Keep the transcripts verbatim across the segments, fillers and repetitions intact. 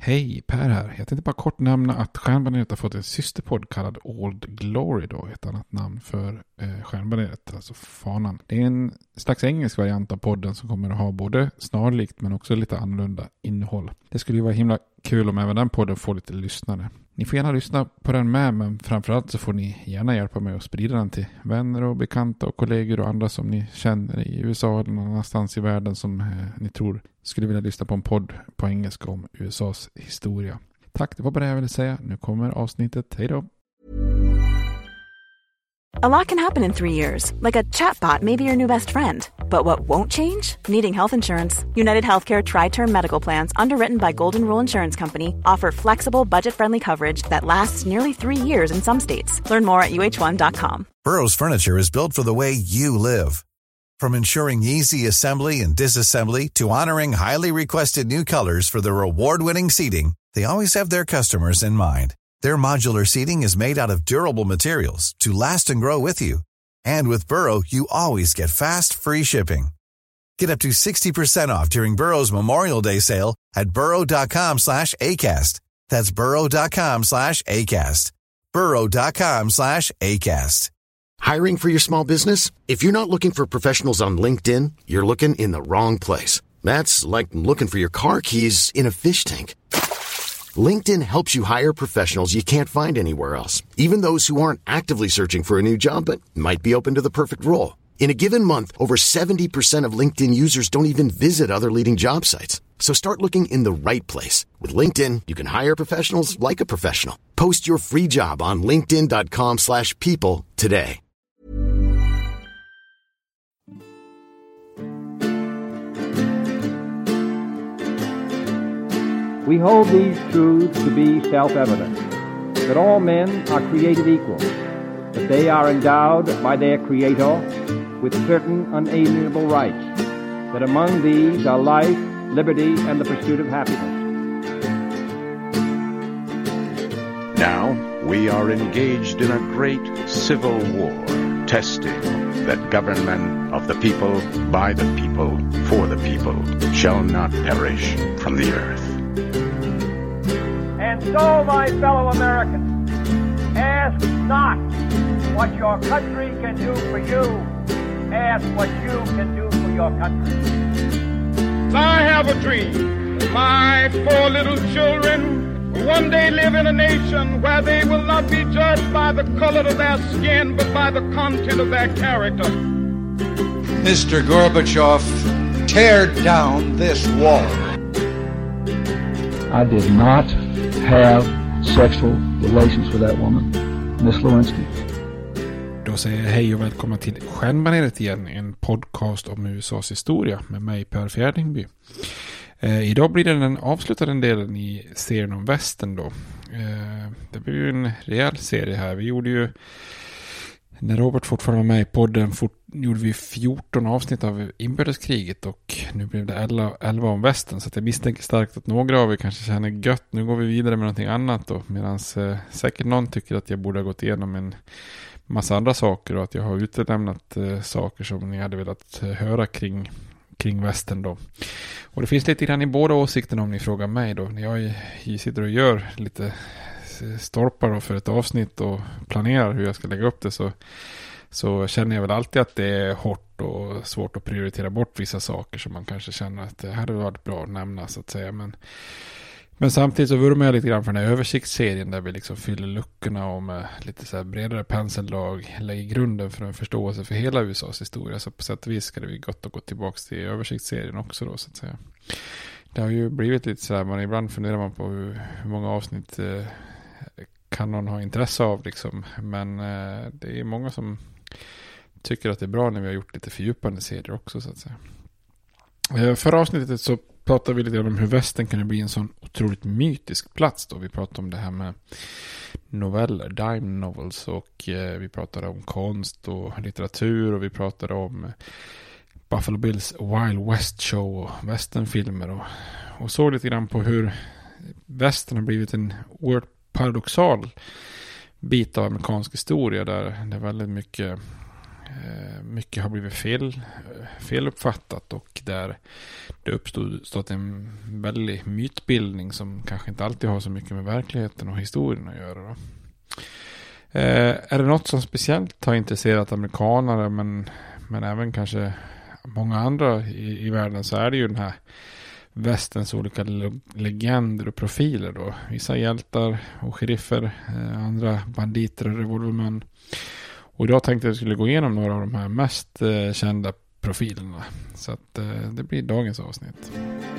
Hej, Per här. Jag tänkte bara kort nämna att Stjärnbaneret har fått en systerpodd kallad Old Glory då, ett annat namn för eh, Stjärnbaneret, alltså fanan. Det är en slags engelsk variant av podden som kommer att ha både snarlikt men också lite annorlunda innehåll. Det skulle ju vara himla kul om även den podden får lite lyssnare. Ni får gärna lyssna på den med, men framförallt så får ni gärna hjälpa mig att sprida den till vänner och bekanta och kollegor och andra som ni känner i U S A eller någon annanstans i världen som eh, ni tror skulle vilja lyssna på en podd på engelska om U S A:s historia. Tack, det var bara det jag ville säga. Nu kommer avsnittet. Hej då! A lot can happen in three years, like a chatbot may be your new best friend. But what won't change? Needing health insurance. United Healthcare Tri-Term Medical Plans, underwritten by Golden Rule Insurance Company, offer flexible, budget-friendly coverage that lasts nearly three years in some states. Learn more at U H one dot com. Burrow's furniture is built for the way you live. From ensuring easy assembly and disassembly to honoring highly requested new colors for their award-winning seating, they always have their customers in mind. Their modular seating is made out of durable materials to last and grow with you. And with Burrow, you always get fast, free shipping. Get up to sixty percent off during Burrow's Memorial Day sale at burrow.com slash ACAST. That's burrow.com slash ACAST. burrow.com slash ACAST. Hiring for your small business? If you're not looking for professionals on LinkedIn, you're looking in the wrong place. That's like looking for your car keys in a fish tank. LinkedIn helps you hire professionals you can't find anywhere else, even those who aren't actively searching for a new job but might be open to the perfect role. In a given month, over seventy percent of LinkedIn users don't even visit other leading job sites. So start looking in the right place. With LinkedIn, you can hire professionals like a professional. Post your free job on linkedin.com slash people today. We hold these truths to be self-evident, that all men are created equal, that they are endowed by their Creator with certain unalienable rights, that among these are life, liberty, and the pursuit of happiness. Now we are engaged in a great civil war, testing that government of the people, by the people, for the people, shall not perish from the earth. And so, my fellow Americans, ask not what your country can do for you. Ask what you can do for your country. I have a dream. My four little children will one day live in a nation where they will not be judged by the color of their skin, but by the content of their character. Mister Gorbachev, tear down this wall. I did not have sexual relations with that woman, Miss Lewinsky. Då säger jag hej och välkomna till Stjärnbaneret igen, en podcast om U S A:s historia med mig Per Fjärdingby. Eh, idag blir det den avslutade delen i serien om västern då. Eh, det blir ju en rejäl serie här. Vi gjorde ju, när Robert fortfarande var med i podden, fort, gjorde vi fjorton avsnitt av inbördeskriget och nu blev det elva om västern, så att jag misstänker starkt att några av er kanske känner gött. Nu går vi vidare med någonting annat då, medan eh, säkert någon tycker att jag borde ha gått igenom en massa andra saker och att jag har utelämnat eh, saker som ni hade velat eh, höra kring, kring västern då. Och det finns lite grann i båda åsikterna om ni frågar mig då. När jag i, sitter och gör lite stolpar då för ett avsnitt och planerar hur jag ska lägga upp det, så, så känner jag väl alltid att det är hårt och svårt att prioritera bort vissa saker som man kanske känner att det hade varit bra att nämna, så att säga. Men, men samtidigt så vurmar jag lite grann för den här översiktsserien där vi liksom fyller luckorna och med lite så här bredare penseldrag lägger grunden för en förståelse för hela U S A:s historia. Så på sätt och vis ska det bli gott att gå tillbaka till översiktsserien också då, så att säga. Det har ju blivit lite så här, man ibland funderar man på hur, hur många avsnitt eh, kan någon ha intresse av liksom. Men eh, det är många som tycker att det är bra när vi har gjort lite fördjupande serier också, så att säga. Eh, förra avsnittet så pratade vi lite om hur västern kan bli en sån otroligt mytisk plats då. Vi pratade om det här med noveller, dime novels, och eh, vi pratade om konst och litteratur, och vi pratade om Buffalo Bills Wild West Show och westernfilmer, och, och såg lite grann på hur västern har blivit en oerhört paradoxal bit av amerikansk historia där det är väldigt mycket eh, mycket har blivit fel, feluppfattat och där det uppstod stått en väldig mytbildning som kanske inte alltid har så mycket med verkligheten och historien att göra då. Eh, är det något som speciellt har intresserat amerikanare men, men även kanske många andra i, i världen, så är det ju den här västens olika le- legender och profiler då. Vissa hjältar och sheriffer, eh, andra banditer och revolvermän. Och idag tänkte jag att jag skulle gå igenom några av de här mest eh, kända profilerna. Så att eh, det blir dagens avsnitt.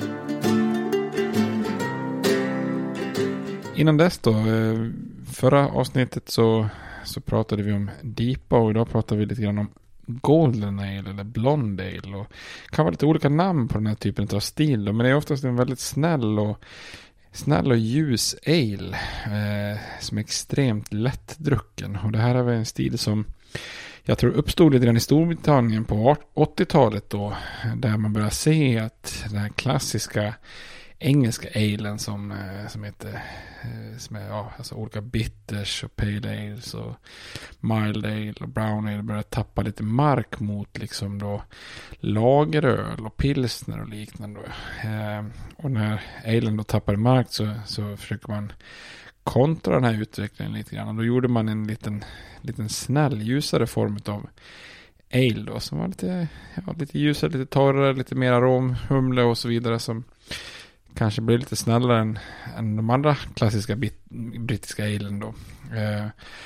Innan dess då, eh, förra avsnittet så, så pratade vi om Deepa och idag pratar vi lite grann om Golden Ale eller Blonde Ale, och det kan vara lite olika namn på den här typen av stil då, men det är oftast en väldigt snäll och snäll och ljus ale eh, som är extremt lättdrucken, och det här är en stil som jag tror uppstod lite grann i Storbritannien på åttiotalet då, där man börjar se att den här klassiska engelska alen som, eh, som heter som är, ja, alltså olika bitters och pale ales och mild ale och brown ale börjar tappa lite mark mot liksom då lageröl och pilsner och liknande. Eh, och när alen då tappar mark så, så försöker man kontra den här utvecklingen lite grann, och då gjorde man en liten, liten snäll ljusare form av ale då som var lite, ja, lite ljusare, lite torrare, lite mer arom, humle och så vidare, som kanske blir lite snällare än, än de andra klassiska bit, brittiska alen då. Eh,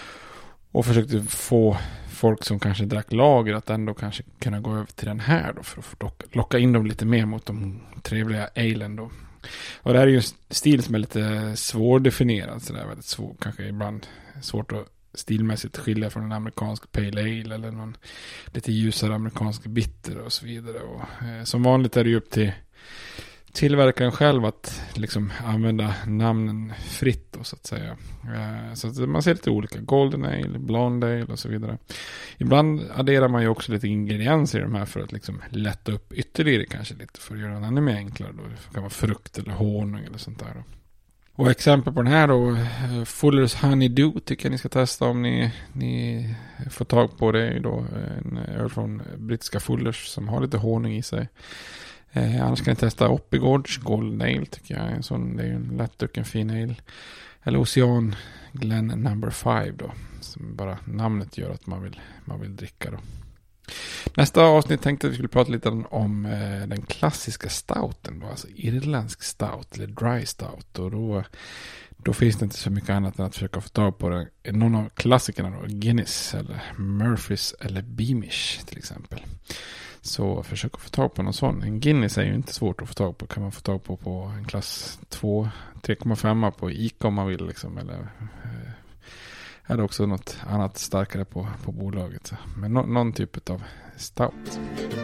och försökte få folk som kanske drack lager att ändå kanske kunna gå över till den här då, för att locka, locka in dem lite mer mot de trevliga alen då. Och det här är ju en stil som är lite svårdefinierad, så det är väldigt svårt, kanske ibland svårt att stilmässigt skilja från en amerikansk pale ale eller någon lite ljusare amerikansk bitter och så vidare. Och, eh, som vanligt är det ju upp till tillverkaren själv att liksom använda namnen fritt då, så att säga. Eh, så att man ser lite olika. Golden Ale, Blonde Ale och så vidare. Ibland adderar man ju också lite ingredienser i de här för att liksom lätta upp ytterligare kanske lite, för att göra den ännu mer enklare då. Det kan vara frukt eller honung eller sånt där då. Och exempel på den här då, Fuller's Honey Do tycker jag ni ska testa om ni, ni får tag på det då. En öl från brittiska Fullers som har lite honung i sig. Eh, annars kan ni testa Oppigårds Golden Ale tycker jag. En sån, det är ju en lättdrucken fin ale. Eller Ocean Glen Number five då. Som bara namnet gör att man vill, man vill dricka då. Nästa avsnitt tänkte jag att vi skulle prata lite om eh, den klassiska stouten då. Alltså irländsk stout eller dry stout. Och då, då finns det inte så mycket annat än att försöka få tag på det. Någon av klassikerna då. Guinness eller Murphys eller Beamish till exempel. Så försök att få tag på någon sån. En Guinness är ju inte svårt att få tag på. Kan man få tag på på en klass två, tre komma fem på Ica om man vill liksom. Eller, eh, eller också något annat starkare på, på bolaget. Så. Men no, någon typ av stout.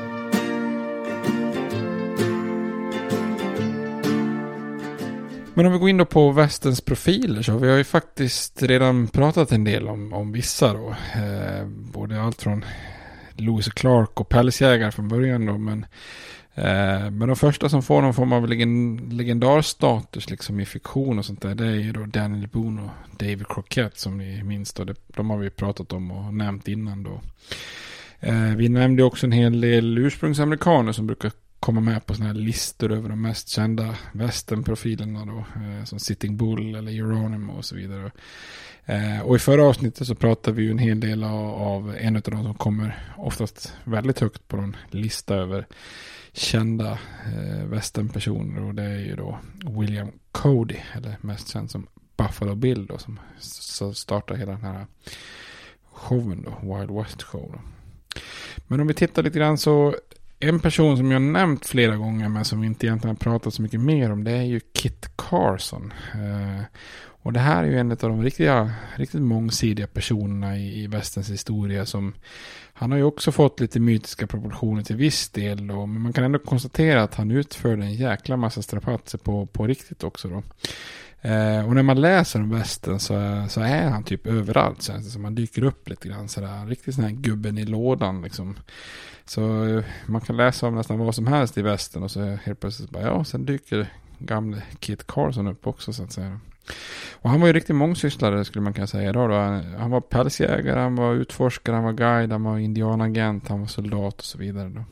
Men om vi går in då på västens profiler, så vi har ju faktiskt redan pratat en del om, om vissa då. Eh, både allt från Lewis och Clark och pälsjägare från början då, men, eh, men de första som får någon form av legend, legendarstatus liksom i fiktion och sånt där, det är ju då Daniel Boone och David Crockett som ni minns då, det, de har vi pratat om och nämnt innan då. Eh, vi nämnde också en hel del ursprungsamerikaner som brukar komma med på såna här listor över de mest kända västernprofilerna då, eh, som Sitting Bull eller Geronimo och så vidare. Eh, och i förra avsnittet så pratade vi ju en hel del av, av en av de som kommer oftast väldigt högt på en lista över kända eh, västernpersoner, och det är ju då William Cody, eller mest känd som Buffalo Bill då, som så startar hela den här showen då, Wild West Show då. Men om vi tittar lite grann, så en person som jag nämnt flera gånger men som vi inte egentligen har pratat så mycket mer om, det är ju Kit Carson. Eh, och det här är ju en av de riktiga, riktigt mångsidiga personerna i, i västens historia, som han har ju också fått lite mytiska proportioner till viss del då, men man kan ändå konstatera att han utförde en jäkla massa strapatser på, på riktigt också då. Eh, och när man läser om västern så, så är han typ överallt, så alltså, man dyker upp lite grann sådär, riktigt sån här gubben i lådan liksom. Så eh, man kan läsa om nästan vad som helst i västern, och så helt plötsligt bara, ja, sen dyker gamle Kit Carson upp också så att säga. Och han var ju riktigt mångsysslare skulle man kunna säga idag då. Han, han var pälsjägare, han var utforskare, han var guide, han var indianagent, han var soldat och så vidare då.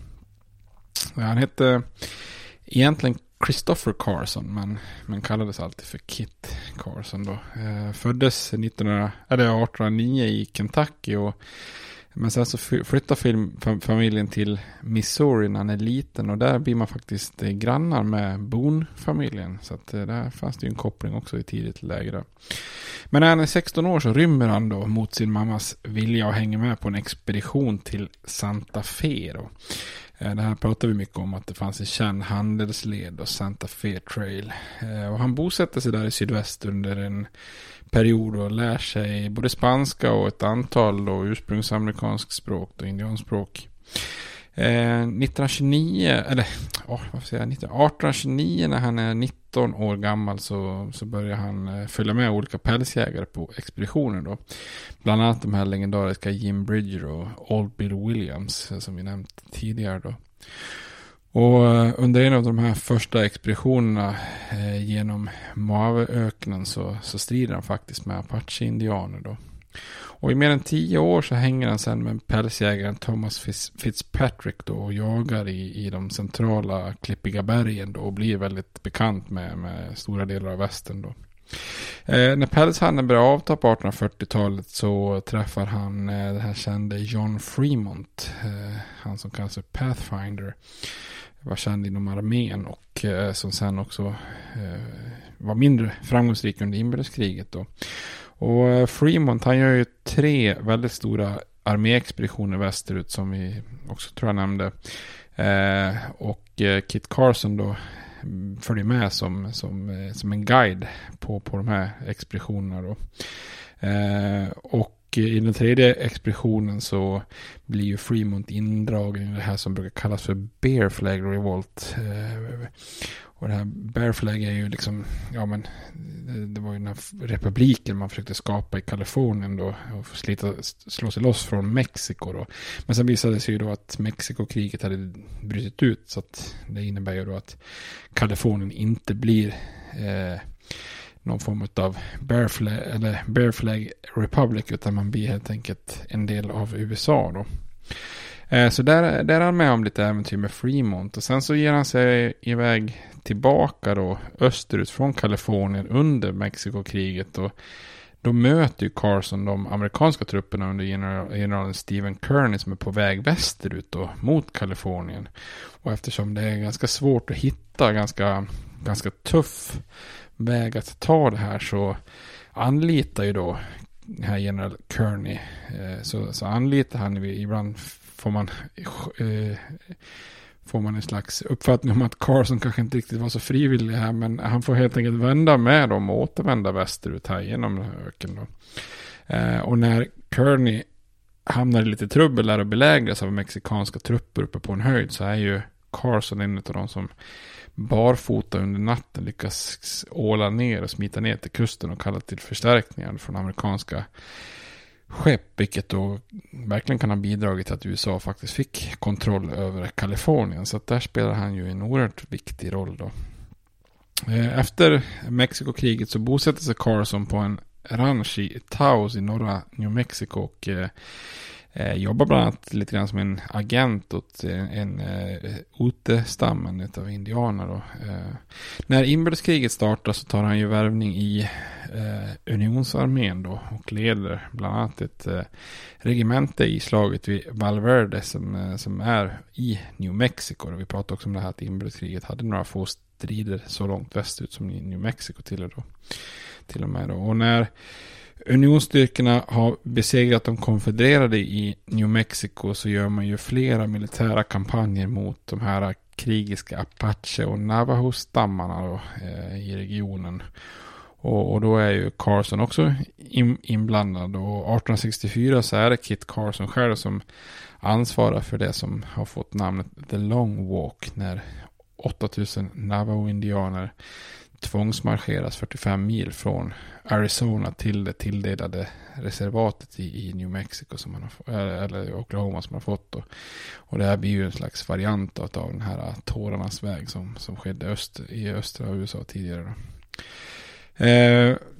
Han hette egentligen Christopher Carson, men, men kallades alltid för Kit Carson då. Eh, föddes nittonhundra, eller artonhundranio i Kentucky, och men sen så flyttade film, familjen till Missouri när han är liten, och där blir man faktiskt grannar med Boone-familjen, så att där fanns det ju en koppling också i tidigt läge. Men när han är sexton år så rymmer han då mot sin mammas vilja och hänger med på en expedition till Santa Fe då. Det här pratar vi mycket om, att det fanns en känd handelsled och Santa Fe Trail. Och han bosätter sig där i sydväst under en period och lär sig både spanska och ett antal då ursprungsamerikansk språk och indianspråk. Eh, nittonhundratjugonio, eller oh, vad säger jag, artonhundratjugonio när han är nitton år gammal så, så börjar han eh, följa med olika pälsjägare på expeditioner då. Bland annat de här legendariska Jim Bridger och Old Bill Williams som vi nämnt tidigare då. Och under en av de här första expeditionerna eh, genom Moaveöknen så, så strider han faktiskt med Apache-indianer då. Och i mer än tio år så hänger han sen med pälsjägaren Thomas Fitzpatrick då och jagar i, i de centrala klippiga bergen då och blir väldigt bekant med, med stora delar av västern då. Eh, när pälshandeln börjar avta på artonhundrafyrtiotalet så träffar han eh, det här kände John Fremont, eh, han som kallas för Pathfinder, var känd inom armén och eh, som sen också eh, var mindre framgångsrik under inbördeskriget då. Och eh, Fremont, han gör ju tre väldigt stora arméexpeditioner västerut som vi också tror jag nämnde. Eh, och eh, Kit Carson då följer med som, som, eh, som en guide på, på de här expeditionerna då. Eh, och i den tredje expeditionen så blir ju Fremont indragen i det här som brukar kallas för Bear Flag Revolt. Eh, och det här Bear Flag är ju liksom, ja men det, det var ju den här republiken man försökte skapa i Kalifornien då och slita, slå sig loss från Mexiko då. Men sen visade det sig ju då att Mexikokriget hade brutit ut, så att det innebär ju då att Kalifornien inte blir eh, någon form av Bear Flag, eller Bear Flag Republic, utan man blir helt enkelt en del av U S A då. Eh, så där, där är han med om lite äventyr med Fremont, och sen så ger han sig iväg tillbaka då österut från Kalifornien under Mexikokriget, och då möter ju Carson de amerikanska trupperna under general, generalen Stephen Kearny som är på väg västerut då mot Kalifornien. Och eftersom det är ganska svårt att hitta ganska, ganska tuff väg att ta det här, så anlitar ju då här general Kearny, eh, så, så anlitar han ju, ibland får man eh, får man en slags uppfattning om att Carson kanske inte riktigt var så frivillig här, men han får helt enkelt vända med dem och återvända västerut här genom öken då. Eh, och när Kearny hamnar i lite trubbel där och belägras av mexikanska trupper uppe på en höjd, så är ju Carson en av de som barfota under natten lyckas åla ner och smita ner till kusten och kalla till förstärkningar från amerikanska skepp, vilket då verkligen kan ha bidragit till att U S A faktiskt fick kontroll över Kalifornien, så att där spelar han ju en oerhört viktig roll då. Efter Mexikokriget så bosätter sig Carson på en ranch i Taos i norra New Mexico och eh, jobbar bland annat lite grann som en agent åt en, en eh, Ute-stammen av indianer då. Eh, när inbördeskriget startar så tar han ju värvning i eh, unionsarmén då och leder bland annat ett eh, regemente i slaget vid Valverde som, eh, som är i New Mexico. Och vi pratade också om det här att inbördeskriget hade några få strider så långt västerut som i New Mexico till och, då, till och med då. Och när unionsstyrkorna har besegrat de konfedererade i New Mexico så gör man ju flera militära kampanjer mot de här krigiska Apache och Navajo-stammarna då, eh, i regionen. Och, och då är ju Carson också in, inblandad, och arton sextiofyra så är det Kit Carson själv som ansvarar för det som har fått namnet The Long Walk, när åttatusen Navajo-indianer tvångsmarscheras fyrtiofem mil från Arizona till det tilldelade reservatet i, i New Mexico som man har, eller Oklahoma som man har fått då. Och det här blir ju en slags variant av, av den här tårarnas väg som, som skedde öst, i östra U S A tidigare då. Eh,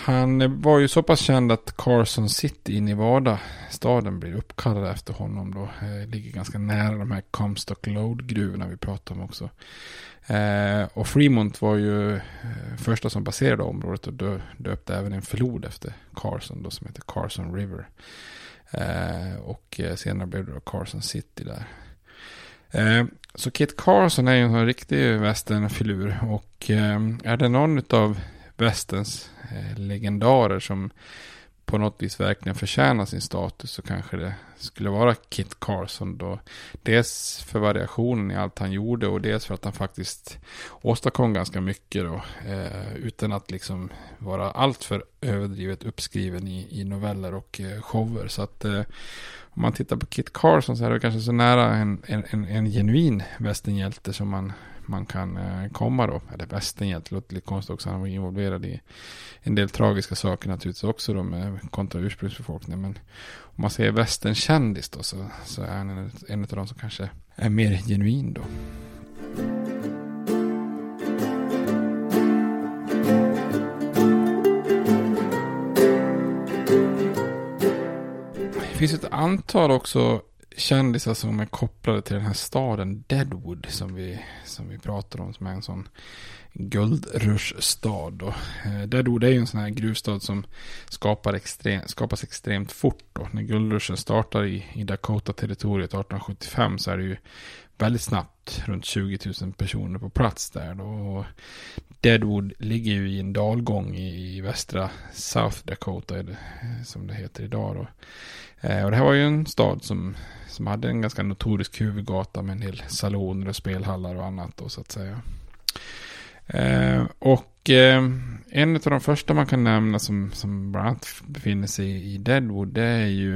han var ju så pass känd att Carson City i Nevada, staden, blir uppkallad efter honom då. Eh, ligger ganska nära de här Comstock Lode-gruvorna vi pratar om också. Eh, och Fremont var ju eh, första som baserade området och dö, döpte även en flod efter Carson då, som heter Carson River. Eh, och eh, senare blev det då Carson City där. Eh, så Kit Carson är ju en riktig westernfilur, och eh, är det någon av västerns eh, legendarer som på något vis verkligen förtjänar sin status, så kanske det skulle vara Kit Carson då. Dels för variationen i allt han gjorde, och dels för att han faktiskt åstadkom ganska mycket då, eh, utan att liksom vara allt för överdrivet uppskriven i, i noveller och eh, shower. Så att eh, om man tittar på Kit Carson så är det kanske så nära en, en, en, en genuin västernhjälte som man man kan eh, komma då. Eller västernhjälte, låter lite konstigt också. Han var involverad i en del tragiska saker naturligtvis också då, med kontra ursprungsbefolkningen. Men om man säger västernkändis då, så, så är han en, en av de som kanske är mer genuin då. Det finns ett antal också kändisar som är kopplade till den här staden Deadwood som vi, som vi pratar om, som är en sån guldrushstad då. Eh, Deadwood är ju en sån här gruvstad som skapar extrem, skapas extremt fort då. När guldrushen startar i, i Dakota-territoriet arton sjuttiofem så är det ju väldigt snabbt runt tjugo tusen personer på plats där då. Och Deadwood ligger ju i en dalgång i, i västra South Dakota som det heter idag då. Eh, och det här var ju en stad som, som hade en ganska notorisk huvudgata med en del saloner och spelhallar och annat då, så att säga. Eh, och eh, en av de första man kan nämna som, som bland annat befinner sig i Deadwood, det är ju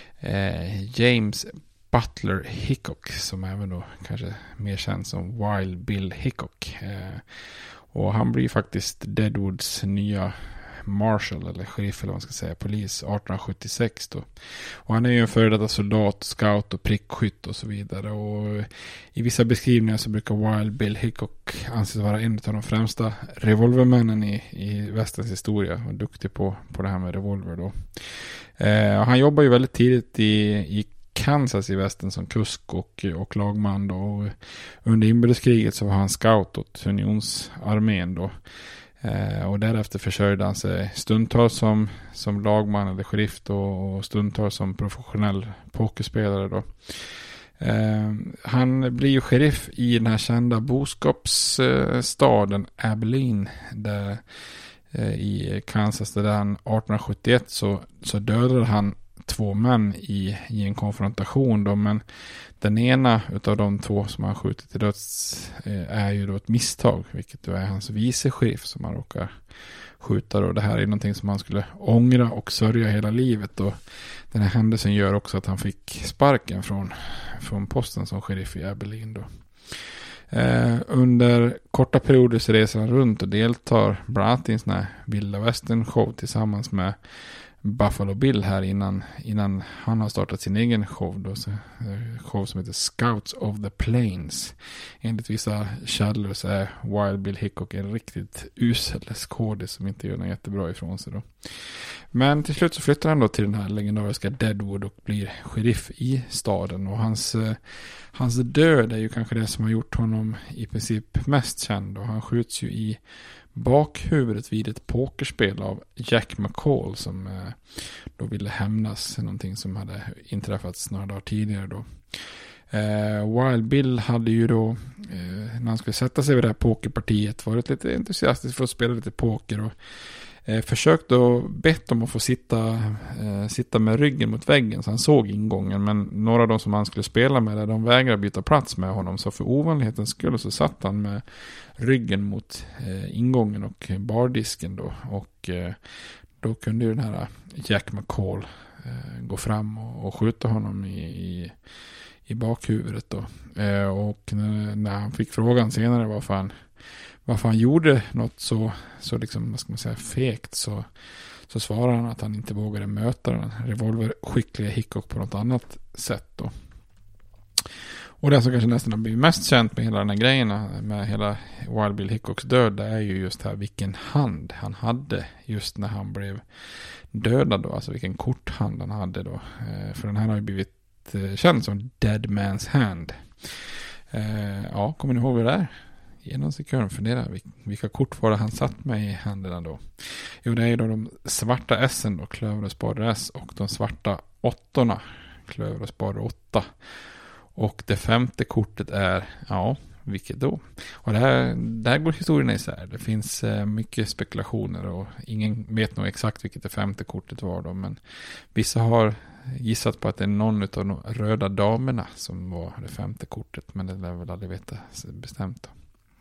eh, James Butler Hickok, som även då kanske mer känd som Wild Bill Hickok. Eh, och han blir faktiskt Deadwoods nya marshal eller sheriff eller vad man ska säga, polis arton sjuttiosex då. Och han är ju en före detta soldat, scout och prickskytt och så vidare. Och i vissa beskrivningar så brukar Wild Bill Hickok anses vara en av de främsta revolvermännen i, i västerns historia, och duktig på, på det här med revolver då. Eh, han jobbar ju väldigt tidigt i, i Kansas i västern som kusk och, och lagman då. Och under inbördeskriget så var han scout åt unionsarmén då. Eh, och därefter försörjde han sig stundtals som, som lagman eller sheriff då, och stundtals som professionell pokerspelare då. Eh, han blir ju sheriff i den här kända boskapsstaden eh, Abilene där, eh, i Kansas, där han arton sjuttioett så, så dödade han två män i, i en konfrontation då, men den ena utav de två som han skjutit till döds eh, är ju då ett misstag, vilket då är hans vice sheriff som han råkar skjuta då. Det här är någonting som han skulle ångra och sörja hela livet, och den här händelsen gör också att han fick sparken från, från posten som sheriff i Abilene då. Eh, under korta perioder så reser han runt och deltar bland annat i en sån här vilda western show tillsammans med Buffalo Bill här innan, innan han har startat sin egen show då, så, eh, show som heter Scouts of the Plains. Enligt vissa källor så är Wild Bill Hickok en riktigt usel skådis som inte gör något jättebra ifrån sig då. Men till slut så flyttar han då till den här legendariska Deadwood och blir sheriff i staden, och hans, eh, hans död är ju kanske det som har gjort honom i princip mest känd, och han skjuts ju i bakhuvudet vid ett pokerspel av Jack McCall som eh, då ville hämnas någonting som hade inträffat några dagar tidigare då. Eh, Wild Bill hade ju då eh, när han skulle sätta sig vid det här pokerpartiet varit lite entusiastisk för att spela lite poker, och eh, försökte och bett om att få sitta, eh, sitta med ryggen mot väggen så han såg ingången, men några av de som han skulle spela med de vägrade byta plats med honom, så för ovanlighetens skull så satt han med ryggen mot eh, ingången och bardisken då, och eh, då kunde ju den här Jack McCall eh, gå fram och, och skjuta honom i, i, i bakhuvudet då. Eh, och när, när han fick frågan senare varför han, varför han gjorde något så, så liksom, vad ska man säga, fegt, så, så svarade han att han inte vågade möta den revolverskickliga Hickok på något annat sätt då. Och det som kanske nästan har blivit mest känt med hela den här grejen, med hela Wild Bill Hickoks död, det är ju just här vilken hand han hade just när han blev dödad då. Alltså vilken korthand han hade då. För den här har ju blivit känd som Dead Man's Hand. Ja, kommer ni ihåg vad det är? Ge någon sekund, fundera. Vilka kort var det han satt med i händerna då? Jo, det är ju då de svarta S-en då, klöver och spader S, och de svarta åttorna, klöver och spader åtta. Och det femte kortet är, ja, vilket då? Och det här, där går historien isär. Det finns eh, mycket spekulationer och ingen vet nog exakt vilket det femte kortet var då. Men vissa har gissat på att det är någon av de röda damerna som var det femte kortet. Men det lär väl aldrig veta bestämt då.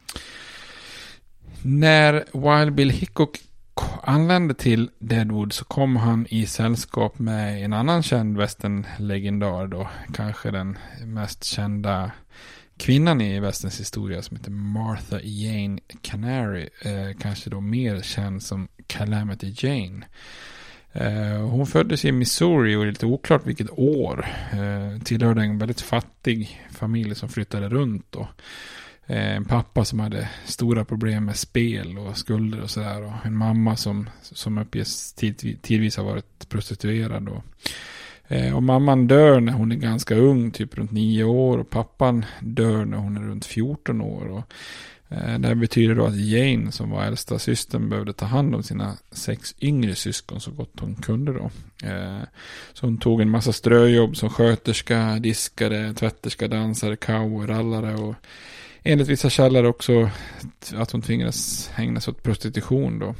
När Wild Bill Hickok anlände till Deadwood så kom han i sällskap med en annan känd westernlegendar då. Kanske den mest kända kvinnan i västerns historia som heter Martha Jane Canary. Eh, kanske då mer känd som Calamity Jane. Eh, hon föddes i Missouri och det är lite oklart vilket år. Eh, tillhörde en väldigt fattig familj som flyttade runt då. En pappa som hade stora problem med spel och skulder och sådär. Och en mamma som, som uppges tid, tidvis har varit prostituerad. Och, och mamman dör när hon är ganska ung, typ runt nio år. Och pappan dör när hon är runt fjorton år. Och, eh, det här betyder då att Jane, som var äldsta systern, behövde ta hand om sina sex yngre syskon så gott hon kunde då. Eh, så hon tog en massa ströjobb som sköterska, diskare, tvätterska, dansare, cowboy, rallare och enligt vissa källor också att hon tvingades ägna sig åt prostitution då.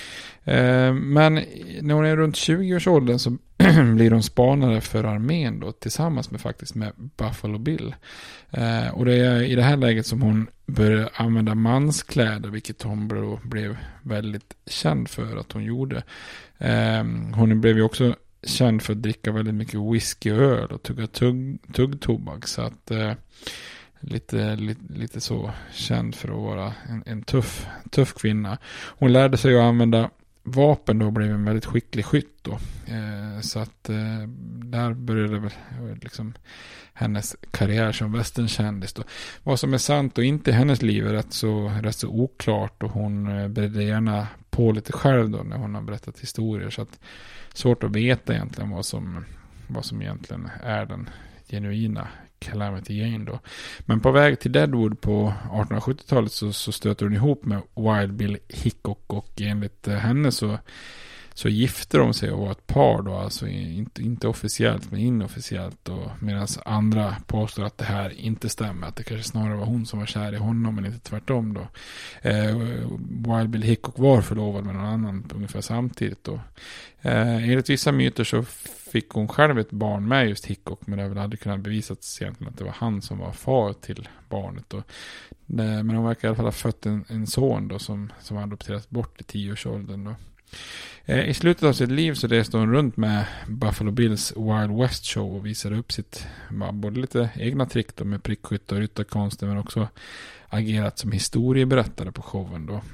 Eh, men när hon är runt tjugo-årsåldern så blir hon spanare för armén då, tillsammans med faktiskt med Buffalo Bill. Eh, och det är i det här läget som hon började använda manskläder, vilket hon då blev väldigt känd för att hon gjorde. Eh, hon blev ju också känd för att dricka väldigt mycket whisky och öl och tugga tugg, tuggtobak, så att eh, Lite, lite, lite så känd för att vara en, en tuff, tuff kvinna. Hon lärde sig att använda vapen då och blev en väldigt skicklig skytt då. Eh, så att eh, där började väl liksom hennes karriär som westernkändis då. Vad som är sant och inte i hennes liv är rätt så, rätt så oklart, och hon eh, beredde gärna på lite själv då när hon har berättat historier, så att svårt att veta egentligen vad som, vad som egentligen är den genuina Calamity Jane då. Men på väg till Deadwood på artonhundrasjuttiotalet så, så stöter hon ihop med Wild Bill Hickok, och enligt henne så, så gifter de sig och var ett par då, alltså inte, inte officiellt men inofficiellt då, medan andra påstår att det här inte stämmer, att det kanske snarare var hon som var kär i honom men inte tvärtom då. Eh, Wild Bill Hickok var förlovad med någon annan på ungefär samtidigt då. Eh, enligt vissa myter så fick hon själv ett barn med just Hickok, men det har väl aldrig kunnat bevisats egentligen att det var han som var far till barnet då. Men hon verkar i alla fall ha fött en, en son då som, som adopterats bort i tioårsåldern då. I slutet av sitt liv så reste hon runt med Buffalo Bills Wild West Show och visade upp sitt, både lite egna trick då med prickskytte och ryttarkonster, men också agerat som historieberättare på showen då.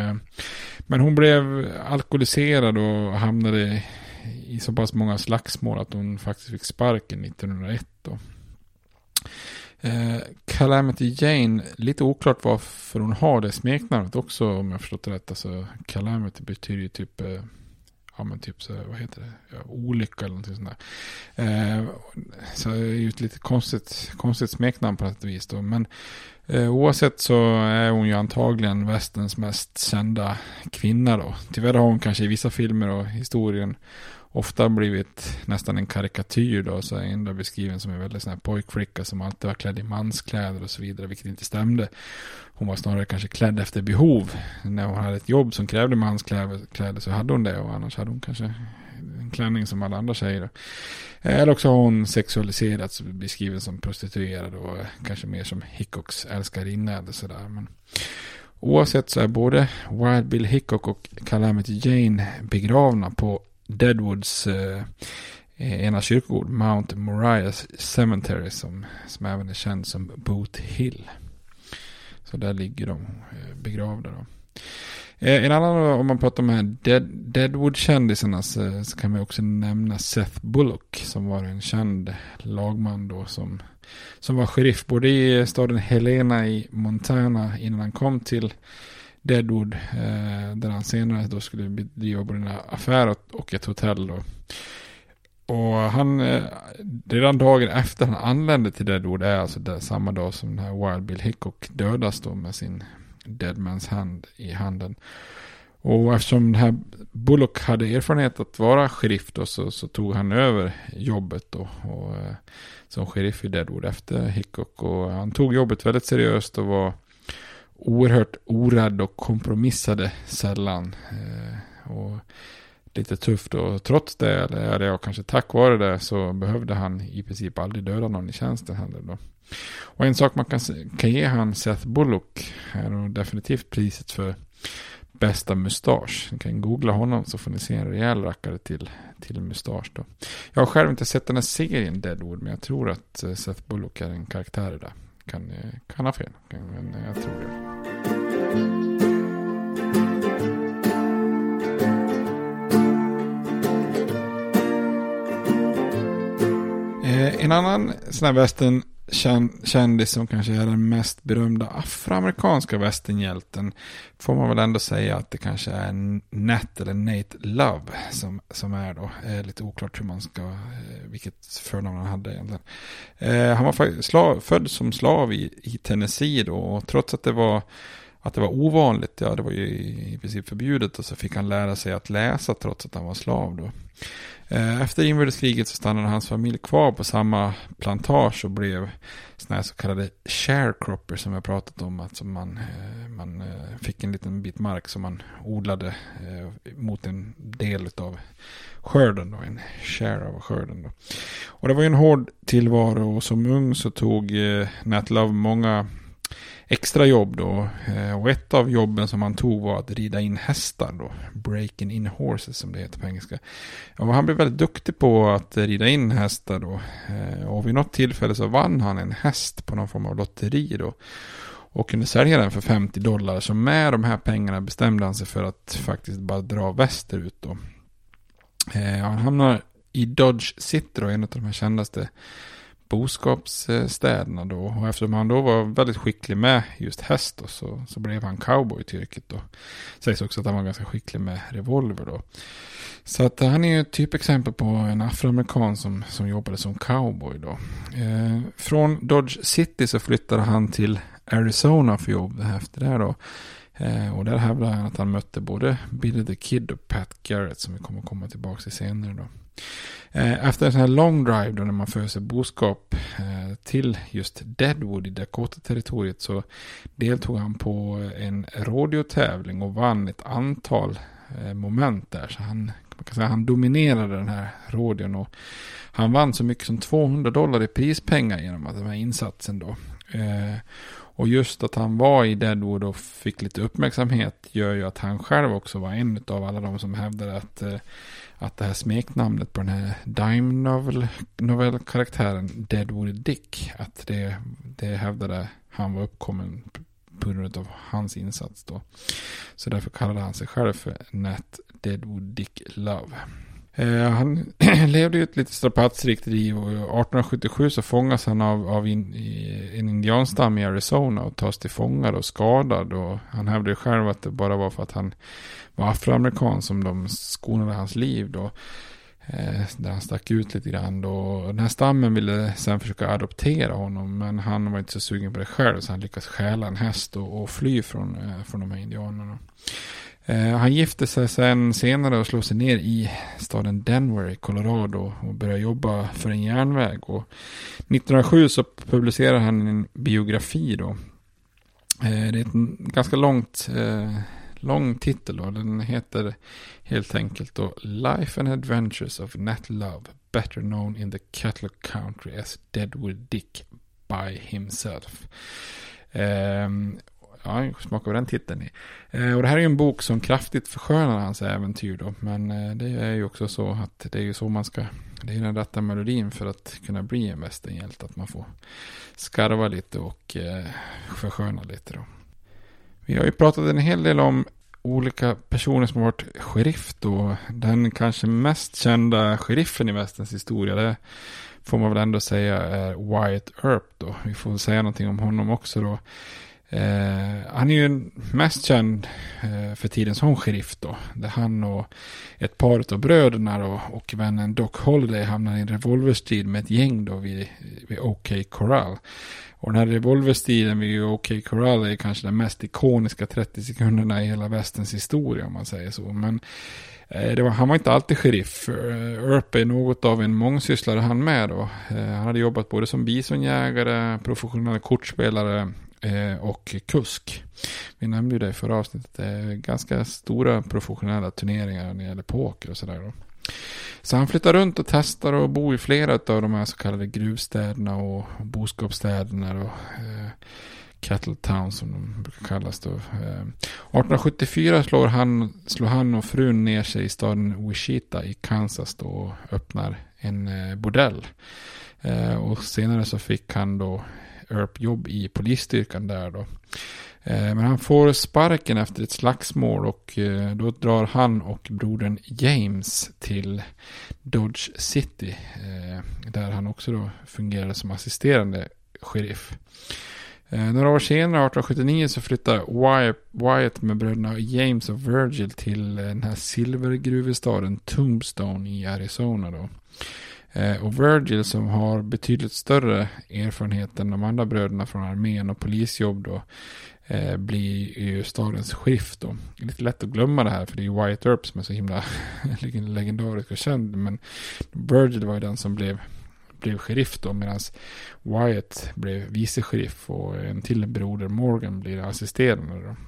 Men hon blev alkoholiserad och hamnade i så pass många slagsmål att hon faktiskt fick sparken nittonhundraett då. Eh, Calamity Jane, lite oklart varför hon har det smeknamnet också, om jag förstått rätt. Alltså Calamity betyder ju typ eh, ja men typ så, vad heter det? Ja, olycka eller någonting sånt där. Eh, så det är ju ett lite konstigt, konstigt smeknamn på ett vis då. Men eh, oavsett så är hon ju antagligen västerns mest kända kvinna då. Tyvärr har hon kanske i vissa filmer och historien ofta blivit nästan en karikatyr då, så ändå beskriven som en väldigt sån här pojkflicka som alltid var klädd i manskläder och så vidare, vilket inte stämde. Hon var snarare kanske klädd efter behov. När hon hade ett jobb som krävde manskläder så hade hon det, och annars hade hon kanske en klänning som alla andra tjejer. Eller också har hon sexualiserats och beskriven som prostituerad och kanske mer som Hickoks älskarinna eller sådär. Men oavsett så är både Wild Bill Hickok och Calamity Jane begravna på Deadwoods eh, ena kyrkogård, Mount Moriah Cemetery, som, som även är känd som Boot Hill. Så där ligger de eh, begravda då. En annan, om man pratar om de här Dead, Deadwood-kändisarna, så, så kan vi också nämna Seth Bullock, som var en känd lagman då, som, som var sheriff både i staden Helena i Montana innan han kom till Deadwood, eh, där han senare då skulle bedriva både en affär och, och ett hotell då. Och han, eh, redan dagen efter han anlände till Deadwood, är alltså där, samma dag som den här Wild Bill Hickok dödas då med sin Deadmans hand i handen. Och eftersom den här Bullock hade erfarenhet att vara sheriff då, så, så tog han över jobbet då, och, eh, som sheriff i Deadwood efter Hickok. Och han tog jobbet väldigt seriöst och var oerhört orädd och kompromissade sällan. Eh, och lite tufft, och trots det, eller ja, kanske tack vare det, så behövde han i princip aldrig döda någon i tjänsten heller då. Och en sak man kan, kan ge han Seth Bullock är nog definitivt priset för bästa mustasch. Ni kan googla honom så får ni se en rejäl rackare till, till mustasch då. Jag har själv inte sett den här serien Deadwood, men jag tror att Seth Bullock är en karaktär där. Kan, kan ha fel, men jag tror det. En annan sån här western kändis som kanske är den mest berömda afroamerikanska westernhjälten, får man väl ändå säga att det kanske är Nat eller Nate Love som, som är då. Eh, lite oklart hur man ska, eh, vilket förnamn han hade egentligen. Eh, han var faktiskt slav, född som slav i, i Tennessee då, och trots att det var att det var ovanligt, ja det var ju i, i princip förbjudet, och så fick han lära sig att läsa trots att han var slav då. Efter inbördeskriget så stannade hans familj kvar på samma plantage och blev såna här så kallade sharecropper som jag pratat om. Alltså man, man fick en liten bit mark som man odlade mot en del av skörden då, en share av skörden då. Och det var ju en hård tillvaro, och som ung så tog Nat Love många extra jobb då, och ett av jobben som han tog var att rida in hästar då, breaking in horses som det heter på engelska. Och han blev väldigt duktig på att rida in hästar då, och vid något tillfälle så vann han en häst på någon form av lotteri då, och kunde sälja den för femtio dollar, så med de här pengarna bestämde han sig för att faktiskt bara dra västerut då. Han hamnar i Dodge City då, en av de här kändaste boskapsstäderna då, och eftersom han då var väldigt skicklig med just häst då, så, så blev han cowboy till yrket då. Sägs också att han var ganska skicklig med revolver då. Så att han är ju ett typexempel på en afroamerikan som, som jobbade som cowboy då. Eh, från Dodge City så flyttade han till Arizona för jobb efter det här då. Eh, och där hävdade han att han mötte både Billy the Kid och Pat Garrett, som vi kommer komma tillbaka till senare då. Efter en sån här long drive då, när man för sig boskap eh, till just Deadwood i Dakota-territoriet, så deltog han på en radiotävling och vann ett antal eh, moment där. Så han, man kan säga, han dominerade den här radion, och han vann så mycket som tvåhundra dollar i prispengar genom att den här insatsen då. Eh, och just att han var i Deadwood och fick lite uppmärksamhet gör ju att han själv också var en av alla de som hävdade att eh, att det här smeknamnet på den här dime novel, novellkaraktären Deadwood Dick, att det, det hävdade han var uppkommen på grund av hans insats då. Så därför kallade han sig själv för Nat Deadwood Dick Love. Eh, han levde ju ett lite strapatsrikt liv, och arton sjuttiosju så fångas han av, av in, i, en indianstam i Arizona och tas till fångar och skadad, och han hävdade själv att det bara var för att han var afroamerikan som de skonade hans liv då, eh, där han stack ut lite grann då. Den här stammen ville sen försöka adoptera honom, men han var inte så sugen på det själv, så han lyckades stjäla en häst och, och fly från, eh, från de här indianerna. Eh, han gifte sig sen senare och slog sig ner i staden Denver i Colorado och började jobba för en järnväg, och nittonhundrasju så publicerade han en biografi då. Eh, det är ett ganska långt eh, lång titel då. Den heter helt enkelt då Life and Adventures of Nat Love, better known in the Cattle Country as Deadwood Dick by himself. Eh, Ja, jag smakar den titeln i. Eh, och det här är ju en bok som kraftigt förskönar hans äventyr då. Men eh, det är ju också så att det är ju så man ska, det är den rätta melodin för att kunna bli en västernhjälte, att man får skarva lite och eh, försköna lite då. Vi har ju pratat en hel del om olika personer som har varit sheriff då. Den kanske mest kända sheriffen i västerns historia, det får man väl ändå säga är Wyatt Earp då. Vi får säga någonting om honom också då. Eh, han är ju mest känd eh, för tiden som sheriff då. Där han och ett par av bröderna då, och vännen Doc Holliday hamnar i en revolverstrid med ett gäng då vid, vid O K Corral. Och den här revolverstriden vid O K Corral är kanske den mest ikoniska trettio sekunderna i hela västerns historia om man säger så. Men eh, det var, han var inte alltid sheriff. Earp är något av en mångsysslare han med då. Eh, han hade jobbat både som bisonjägare, professionell kortspelare och kusk. Vi nämnde ju det i förra avsnittet. Det är ganska stora professionella turneringar när det gäller poker och sådär då. Så han flyttar runt och testar och bor i flera av de här så kallade gruvstäderna och boskapsstäderna och eh, Cattle Town som de brukar kallas då. Eh, arton sjuttiofyra slår han, slår han och frun ner sig i staden Wichita i Kansas då och öppnar en eh, bordell. Eh, och senare så fick han då Earp jobb i polisstyrkan där då. Eh, men han får sparken efter ett slagsmål och eh, då drar han och brodern James till Dodge City eh, där han också då fungerar som assisterande sheriff. Eh, några år senare, arton sjuttionio, så flyttar Wyatt, Wyatt med bröderna James och Virgil till den här silvergruvestaden Tombstone i Arizona då. Och Virgil, som har betydligt större erfarenhet än de andra bröderna från armén och polisjobb då, eh, blir ju stadens sheriff då. Det är lite lätt att glömma det här för det är ju Wyatt Earp som är så himla legendarisk och känd, men Virgil var ju den som blev, blev sheriff då, medan Wyatt blev vice sheriff och en till broder Morgan blir assisterande då.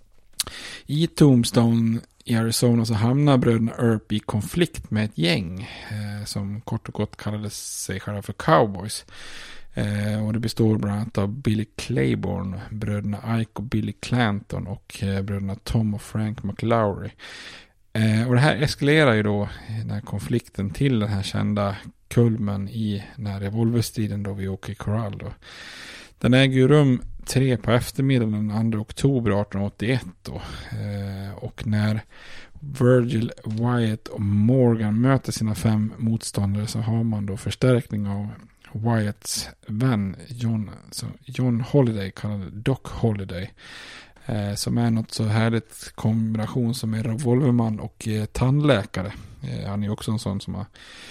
I Tombstone i Arizona så hamnar bröderna Earp i konflikt med ett gäng eh, som kort och gott kallade sig själva för Cowboys. Eh, och det består bland annat av Billy Claiborne, bröderna Ike och Billy Clanton och eh, bröderna Tom och Frank McLaury. Eh, och det här eskalerar ju då den här konflikten till den här kända kulmen i den här revolverstriden då vid O K Corral då. Den äger ju rum tre på eftermiddagen den andra oktober arton åttioett då. Eh, och när Virgil, Wyatt och Morgan möter sina fem motståndare så har man då förstärkning av Wyatts vän John, så John Holliday, kallad Doc Holliday. Eh, som är något så härligt kombination som är revolverman och eh, tandläkare. Eh, han är också en sån som har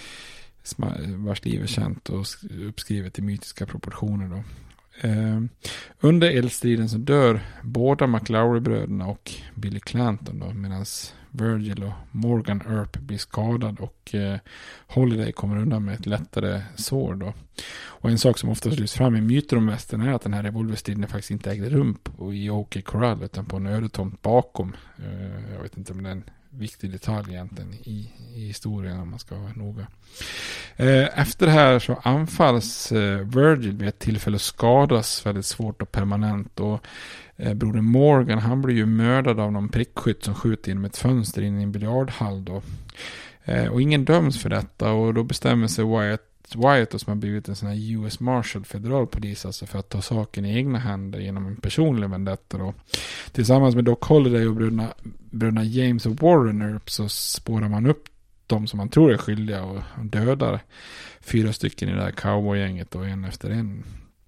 vars liv är känt och uppskrivet i mytiska proportioner då. Eh, under eldstriden så dör båda McLaury-bröderna och Billy Clanton då, medan Virgil och Morgan Earp blir skadad och eh, Holiday kommer undan med ett lättare sår då. Och en sak som ofta lyfts fram i myter om västern är att den här revolverstriden faktiskt inte ägde rum i O K Corral utan på en ödetomt bakom. Eh, jag vet inte om det är en viktig detalj egentligen i, i historien om man ska vara noga. Eh, efter det här så anfalls eh, Virgil vid ett tillfälle och skadas väldigt svårt och permanent och eh, broder Morgan, han blir ju mördad av någon prickskytt som skjuter genom ett fönster in i en biljardhall då. Eh, och ingen döms för detta och då bestämmer sig Wyatt Wyatt som har blivit en sån här U S Marshal federalpolis alltså för att ta saken i egna händer genom en personlig vendetta då. Tillsammans med Doc Holliday och bröderna, bröderna James och Warren Earp så spårar man upp de som man tror är skyldiga och dödar fyra stycken i det här cowboygänget och en efter en.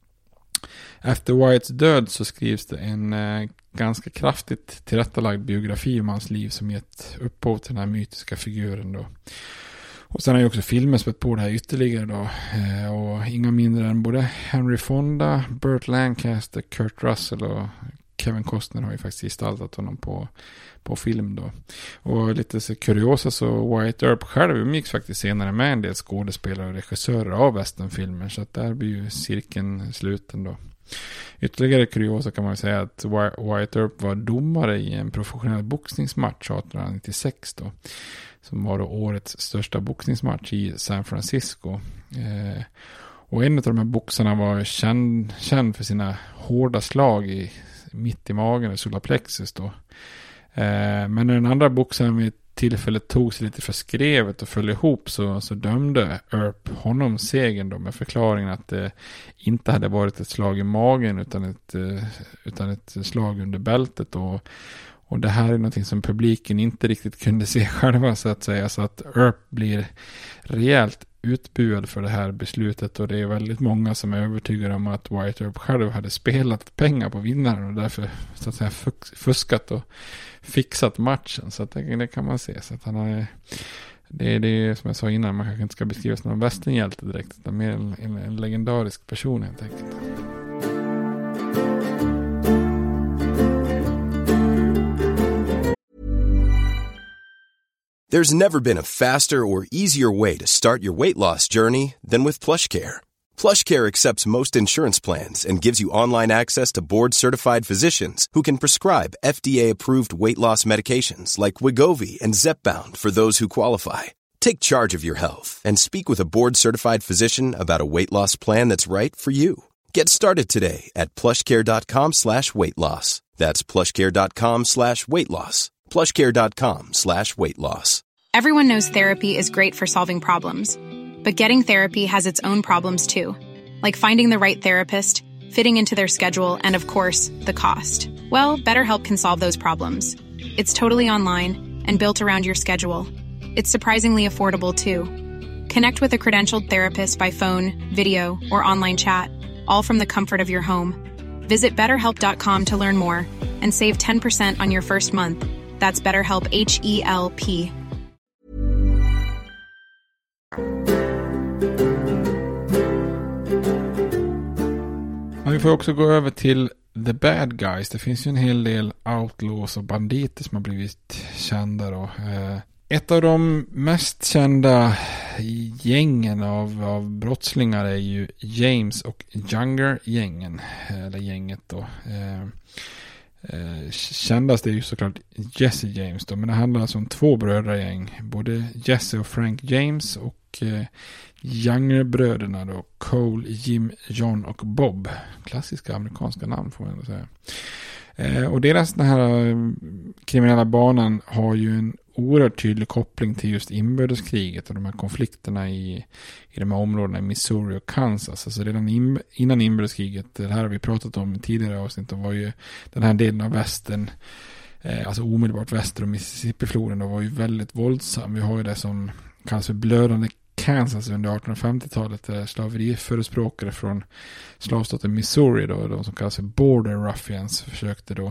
Efter Wyatts död så skrivs det en eh, ganska kraftigt tillrättalagd biografi om hans liv som gett upphov till den här mytiska figuren då. Och sen har ju också filmer spett på det här ytterligare då. Eh, och inga mindre än både Henry Fonda, Burt Lancaster, Kurt Russell och Kevin Costner har ju faktiskt gestaltat honom på, på film då. Och lite så kuriosa så Wyatt Earp själv umgicks faktiskt senare med en del skådespelare och regissörer av westernfilmer. Så att där blir ju cirkeln sluten då. Ytterligare kuriosa kan man ju säga att Wyatt Earp var domare i en professionell boxningsmatch arton nittiosex då. Som var då årets största boxningsmatch i San Francisco. Eh, och en av de här boxarna var känd, känd för sina hårda slag i, mitt i magen i solar plexus då. Eh, men när den andra boxaren vid tillfället tog sig lite för skrevet och föll ihop så, så dömde Earp honom segern då med förklaringen att det inte hade varit ett slag i magen utan ett, utan ett slag under bältet och Och det här är någonting som publiken inte riktigt kunde se själva så att säga. Så att Earp blir rejält utbuad för det här beslutet. Och det är väldigt många som är övertygade om att Wyatt Earp själv hade spelat pengar på vinnaren. Och därför så att säga fuskat och fixat matchen. Så att det, det kan man se. Så att han har... Det är det som jag sa innan, man kanske inte ska beskriva som en västernhjälte direkt, utan mer en, en, en legendarisk person helt enkelt. There's never been a faster or easier way to start your weight loss journey than with PlushCare. PlushCare accepts most insurance plans and gives you online access to board-certified physicians who can prescribe F D A-approved weight loss medications like Wegovy and Zepbound for those who qualify. Take charge of your health and speak with a board-certified physician about a weight loss plan that's right for you. Get started today at plushcare.com slash weight loss. That's plushcare.com slash weight loss. plushcare.com slash weight loss. Everyone knows therapy is great for solving problems. But getting therapy has its own problems too, like finding the right therapist, fitting into their schedule, and of course, the cost. Well, BetterHelp can solve those problems. It's totally online and built around your schedule. It's surprisingly affordable too. Connect with a credentialed therapist by phone, video, or online chat, all from the comfort of your home. Visit better help dot com to learn more and save ten percent on your first month. That's BetterHelp, H E L P. Vi får också gå över till The Bad Guys. Det finns ju en hel del outlaws och banditer som har blivit kända då. Ett av de mest kända gängen av, av brottslingar är ju James och Younger-gängen. Eller gänget då. Kändast är ju såklart Jesse James då. Men det handlar alltså om två brödragäng. Både Jesse och Frank James och Younger-bröderna då, Cole, Jim, John och Bob. Klassiska amerikanska namn får man ändå säga. Eh, och deras den här eh, kriminella banan har ju en oerhört tydlig koppling till just inbördeskriget och de här konflikterna i, i de här områdena i Missouri och Kansas. Alltså redan in, innan inbördeskriget, det här har vi pratat om i tidigare avsnitt, var ju den här delen av västern, eh, alltså omedelbart väster om Mississippi-floden, var ju väldigt våldsam. Vi har ju det som kallas för blödande Kansas under artonhundrafemtiotalet, där slaveriförespråkare från slavstaten Missouri då, de som kallas för Border Ruffians, försökte då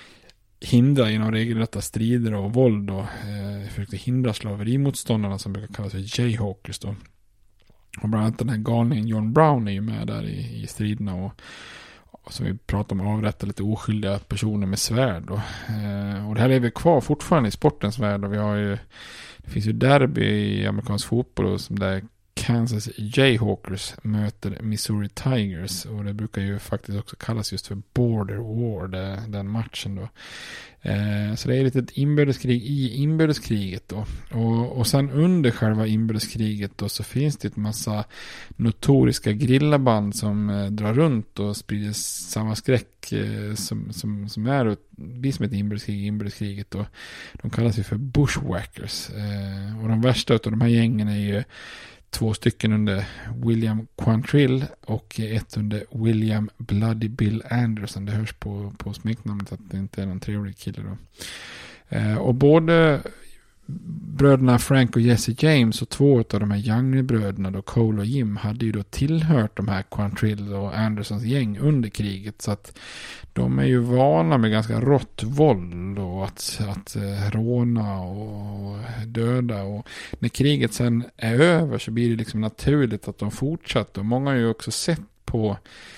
hindra genom regelrätta strider och våld och eh, försökte hindra slaverimotståndarna som brukar kallas för Jayhawkers då. Och bland annat den här galningen John Brown är ju med där i, i striderna och, och som vi pratar om, avrätta lite oskyldiga personer med svärd då. Eh, och det här lever kvar fortfarande i sportens värld, och vi har ju, det finns ju derby i amerikansk fotboll då, som där Kansas Jayhawkers möter Missouri Tigers, och det brukar ju faktiskt också kallas just för Border War, det, den matchen då. Eh, så det är lite ett inbördeskrig i inbördeskriget då. Och, och sen under själva inbördeskriget då så finns det ett massa notoriska grillaband som eh, drar runt och sprider samma skräck eh, som, som, som är blir som ett inbördeskrig i inbördeskriget då. De kallas ju för bushwhackers. Eh, och de värsta av de här gängen är ju två stycken under William Quantrill och ett under William Bloody Bill Anderson. Det hörs på, på smeknamnet att det inte är någon trevlig kille då. Eh, och både bröderna Frank och Jesse James och två av de här Younger-bröderna då, Cole och Jim, hade ju då tillhört de här Quantrill och Andersons gäng under kriget, så att de är ju vana med ganska rått våld och att, att eh, råna och döda, och när kriget sen är över så blir det liksom naturligt att de fortsätter, och många har ju också sett på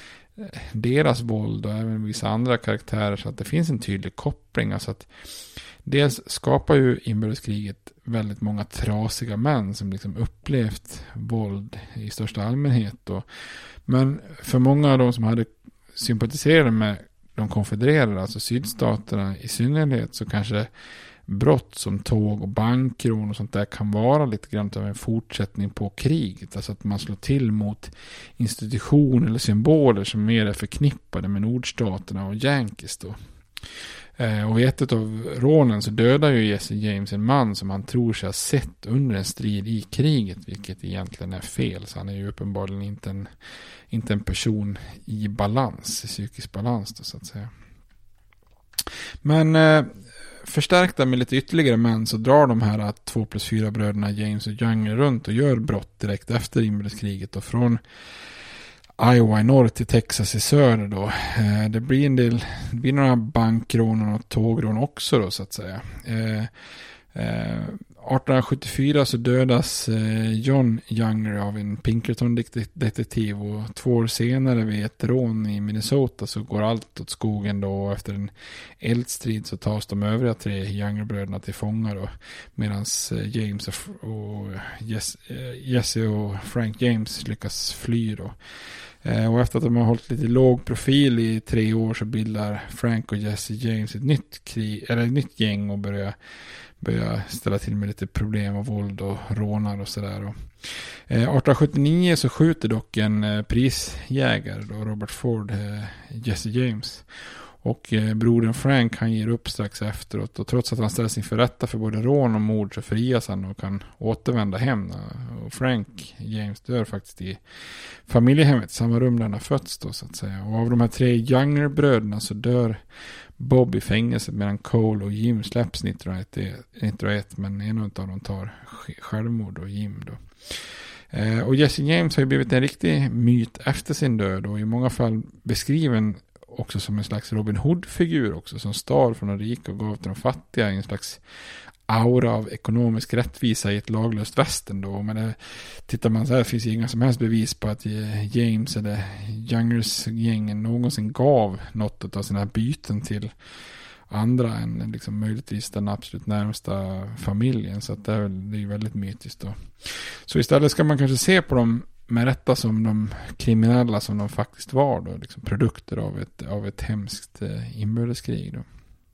deras våld och även vissa andra karaktärer så att det finns en tydlig koppling, alltså att dels skapar ju inbördeskriget väldigt många trasiga män som liksom upplevt våld i största allmänhet då. Men för många av de som hade sympatiserat med de konfedererade, alltså sydstaterna i synnerhet, så kanske brott som tåg och bankrån och sånt där kan vara lite grann av en fortsättning på kriget. Alltså att man slår till mot institutioner eller symboler som mer är förknippade med nordstaterna och Yankees då. Eh, och i ett av rånen så dödar ju Jesse James en man som han tror sig ha sett under en strid i kriget, vilket egentligen är fel. Så han är ju uppenbarligen inte en, inte en person i balans, i psykisk balans då, så att säga. Men eh, förstärkta med lite ytterligare män så drar de här två plus fyra bröderna James och Younger runt och gör brott direkt efter inbördeskriget och från Iowa i norr till Texas i söder då. Eh, det blir en del, det blir några bankrån och tågrån också då så att säga. Eh, eh, arton sjuttiofyra så dödas eh, John Younger av en Pinkerton-detektiv och två år senare vid ett rån i Minnesota så går allt åt skogen då och efter en eldstrid så tas de övriga tre Younger-bröderna till fångar då medan eh, James och, och Jesse, eh, Jesse och Frank James lyckas fly då. Eh, och efter att de har hållit lite låg profil i tre år så bildar Frank och Jesse James ett nytt, krig, eller ett nytt gäng och börjar börjar ställa till med lite problem och våld och rånar och sådär. Eh, arton sjuttionio så skjuter dock en eh, prisjägare då, Robert Ford, eh, Jesse James. Och eh, brodern Frank han ger upp strax efteråt och trots att han ställs inför rätta för både rån och mord så frias han och kan återvända hem. Och Frank James dör faktiskt i familjehemmet, samma rum där han har fötts då så att säga. Och av de här tre Younger-bröderna så dör Bob i fängelse medan Cole och Jim släpps nittonhundraett men en av dem tar självmord och Jim då. Eh, och Jesse James har ju blivit en riktig myt efter sin död och i många fall beskriven också som en slags Robin Hood-figur också som stal från de rika och gav till de fattiga en slags aura av ekonomisk rättvisa i ett laglöst västern då. Men det, tittar man så här finns ju inga som helst bevis på att James eller Youngers gängen någonsin gav något av sina byten till andra än liksom möjligtvis den absolut närmsta familjen. Så att det är, det är väldigt mytiskt då. Så istället ska man kanske se på dem med rätta som de kriminella som de faktiskt var då. Liksom produkter av ett, av ett hemskt eh, inbördeskrig då.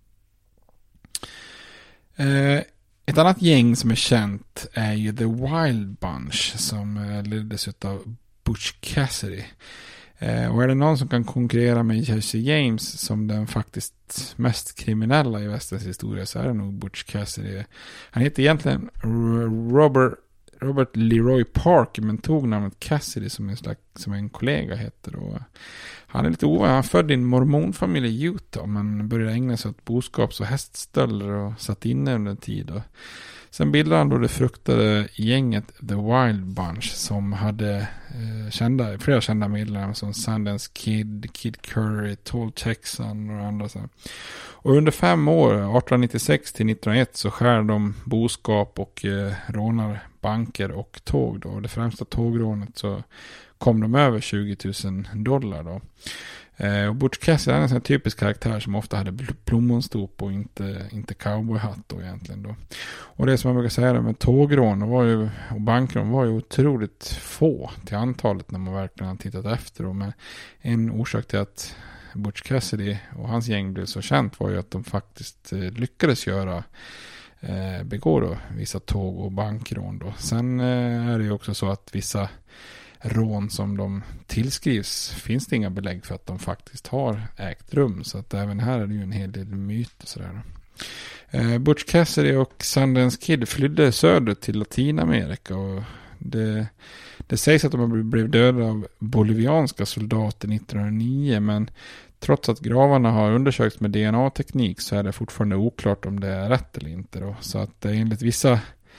Eh, ett annat gäng som är känt är ju The Wild Bunch som eh, leddes av Butch Cassidy. Eh, och är det någon som kan konkurrera med Jesse James som den faktiskt mest kriminella i västerns historia så är det nog Butch Cassidy. Han heter egentligen Robert Robert Leroy Park men tog namnet Cassidy som en slags, som en kollega heter då. Han är lite ovan, han född i en mormonfamilj i Utah men började ägna sig åt boskaps- och häststölder och satt inne under en tid då. Sen bildade han då det fruktade gänget The Wild Bunch som hade eh, kända, flera kända medlemmar som Sundance Kid, Kid Curry, Tall Texan och andra så. Och under fem år, arton nittiosex till nittonhundraett så skär de boskap och eh, rånar banker och tåg då. Det främsta tågrånet så kom de över tjugo tusen dollar då. Eh, och Butch Cassidy är en sån typisk karaktär som ofta hade plommonstop och inte, inte cowboyhatt då egentligen då. Och det som man brukar säga med tågrån var ju, och bankrån var ju otroligt få till antalet när man verkligen har tittat efter då. Men en orsak till att Butch Cassidy och hans gäng blev så känt var ju att de faktiskt eh, lyckades göra eh, begå då vissa tåg- och bankrån då. Sen eh, är det ju också så att vissa rån som de tillskrivs finns det inga belägg för att de faktiskt har ägt rum. Så att även här är det ju en hel del myt och sådär. Eh, Butch Cassidy och Sundance Kid flydde söderut till Latinamerika och det, det sägs att de blev döda av bolivianska soldater nittonhundranio men trots att gravarna har undersökts med D N A-teknik så är det fortfarande oklart om det är rätt eller inte då. Så att enligt vissa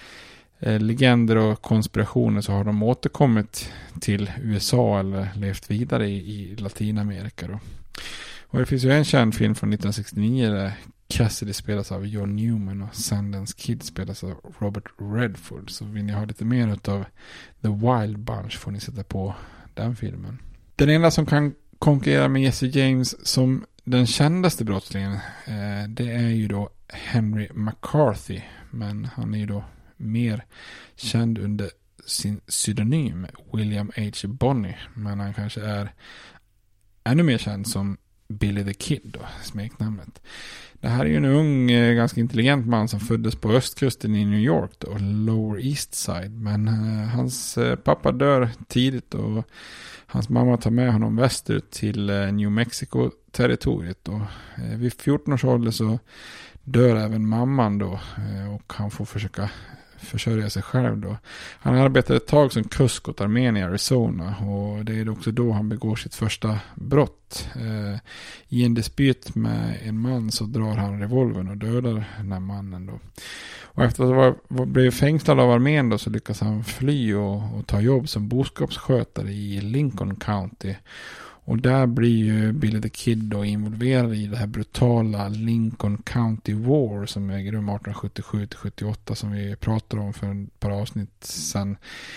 legender och konspirationer så har de återkommit till U S A eller levt vidare i, i Latinamerika då. Och det finns ju en känd film från nittonhundrasextionio där Cassidy spelas av John Newman och Sundance Kid spelas av Robert Redford. Så vill ni ha lite mer av The Wild Bunch får ni sätta på den filmen. Den enda som kan konkurrera med Jesse James som den kändaste brottslingen eh, det är ju då Henry McCarthy. Men han är ju då mer känd under sin pseudonym William H. Bonney, men han kanske är ännu mer känd som Billy the Kid då, smeknamnet. Det här är ju en ung, ganska intelligent man som föddes på östkusten i New York då, Lower East Side, men uh, hans uh, pappa dör tidigt och hans mamma tar med honom västerut till uh, New Mexico-territoriet och uh, vid fjorton års ålder så dör även mamman då uh, och han får försöka försörja sig själv då. Han arbetade ett tag som kusk åt armén i Arizona och det är också då han begår sitt första brott. Eh, I en dispyt med en man så drar han revolvern och dödar den här mannen då. Och efter att ha var, blev fängslad av armén då så lyckas han fly och, och ta jobb som boskapsskötare i Lincoln County. Och där blir ju Billy the Kid då involverad i det här brutala Lincoln County War som äger rum arton sjuttiosju till sjuttioåtta som vi pratade om för ett par avsnitt sedan.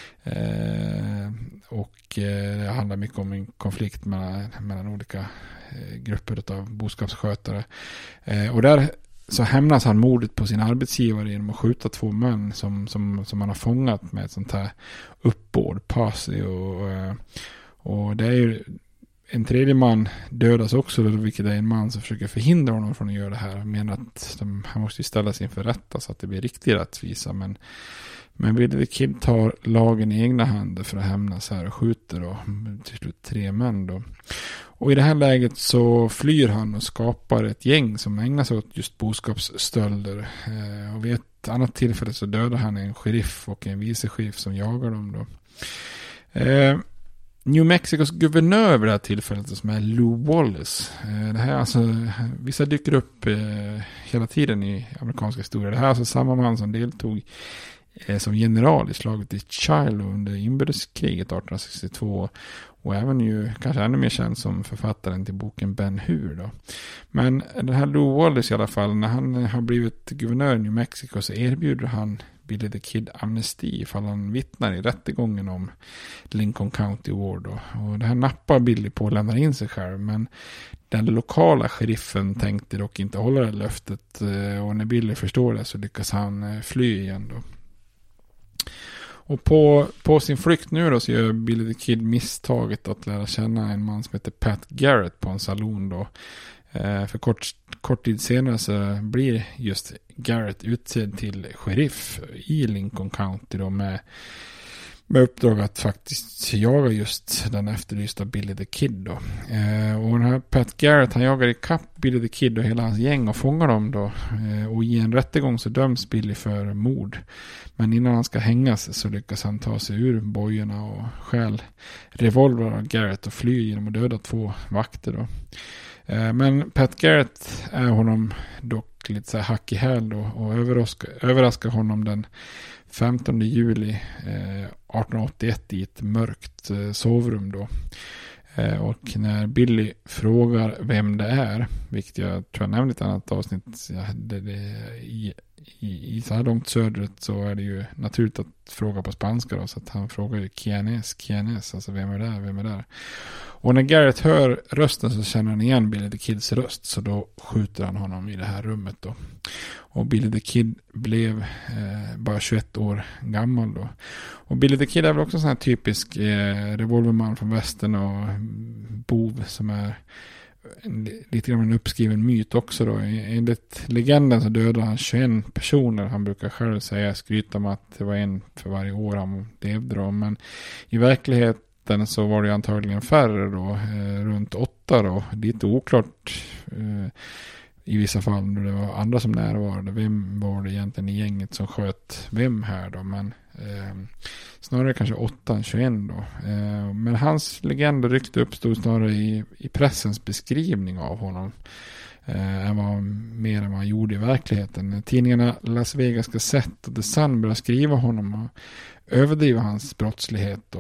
Eh, och eh, det handlar mycket om en konflikt mellan, mellan olika eh, grupper av boskapsskötare. Eh, och där så hämnas han mordet på sin arbetsgivare genom att skjuta två män som, som, som han har fångat med ett sånt här uppbåd, posse och, och det är ju en tredje man dödas också, vilket är en man som försöker förhindra honom från att göra det här. Han menar att de, han måste ju ställa sig inför rätta så att det blir riktigt rättvisa. Men, men Billy the Kid tar lagen i egna händer för att hämnas här och skjuter då, till slut tre män då. Och i det här läget så flyr han och skapar ett gäng som ägnar sig åt just boskapsstölder. Eh, och vid ett annat tillfälle så dödar han en sheriff och en vice sheriff som jagar dem då. Eh, New Mexicos guvernör över det här tillfället som är Lew Wallace. Eh, det här alltså, vissa dyker upp eh, hela tiden i amerikanska historia. Det här är alltså samma man som deltog eh, som general i slaget i Shiloh under inbördeskriget arton sextiotvå. Och även ju kanske ännu mer känd som författaren till boken Ben Hur då. Men den här Lew Wallace i alla fall, när han har blivit guvernör i New Mexico så erbjuder han Billy the Kid amnesti ifall han vittnar i rättegången om Lincoln County War då. Och det här nappar Billy på och lämnar in sig själv. Men den lokala sheriffen tänkte dock inte hålla det löftet. Och när Billy förstår det så lyckas han fly igen då. Och på, på sin flykt nu då så gör Billy the Kid misstaget att lära känna en man som heter Pat Garrett på en salon då. Eh, för kort, kort tid senare så blir just Garrett utsedd till sheriff i Lincoln County då med, med uppdrag att faktiskt jaga just den efterlysta Billy the Kid då. Eh, och den här Pat Garrett han jagar i kapp Billy the Kid och hela hans gäng och fångar dem då. Eh, och i en rättegång så döms Billy för mord. Men innan han ska hängas så lyckas han ta sig ur bojorna och stjäl revolver av Garrett och flyr genom att döda två vakter då. Eh, men Pat Garrett är honom dock lite så här hack i häl då och överraskar, överraskar honom den femtonde juli eh, arton åttioett i ett mörkt eh, sovrum då. Eh, och när Billy frågar vem det är, vilket jag tror jag nämnde i ett annat avsnitt, ja, det, det, i, i, i så här långt söderut så är det ju naturligt att fråga på spanska då, så att han frågar ju ¿Quién es? ¿Quién es? Alltså vem är det? Vem är det? Och när Garrett hör rösten så känner han igen Billy the Kids röst, så då skjuter han honom i det här rummet då. Och Billy the Kid blev eh, bara tjugoett år gammal då. Och Billy the Kid är väl också en sån här typisk eh, revolverman från västern och bov som är en, lite grann en uppskriven myt också då. Enligt legenden så dödade han tjugoett personer. Han brukar själv säga, skryta med att det var en för varje år han levde då. Men i verkligheten så var det antagligen färre då, eh, runt åtta då. Lite oklart eh, i vissa fall när det var andra som närvarade. Vem var det egentligen i gänget som sköt vem här då? Men eh, snarare kanske åtta än tjugoett då. Eh, men hans legend och rykte uppstod snarare i, i pressens beskrivning av honom. Eh, än vad, mer än vad han gjorde i verkligheten. Tidningarna Las Vegas Gazette och The Sun började skriva honom och överdriva hans brottslighet då.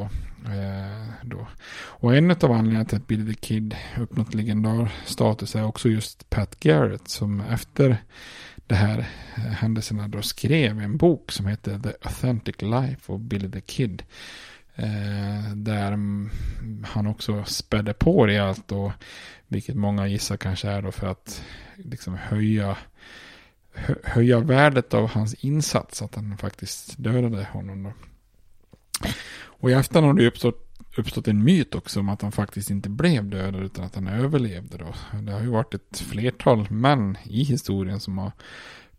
Eh, då. Och en av anledningarna till att Billy the Kid uppnått legendarstatus är också just Pat Garrett som efter det här händelserna då skrev en bok som heter The Authentic Life of Billy the Kid. Eh, där han också spädde på det allt och vilket många gissar kanske är då för att liksom höja höja värdet av hans insats, att han faktiskt dödade honom då. Och i efterhand har det uppstått, uppstått en myt också om att han faktiskt inte blev dödad utan att han överlevde då. Det har ju varit ett flertal män i historien som har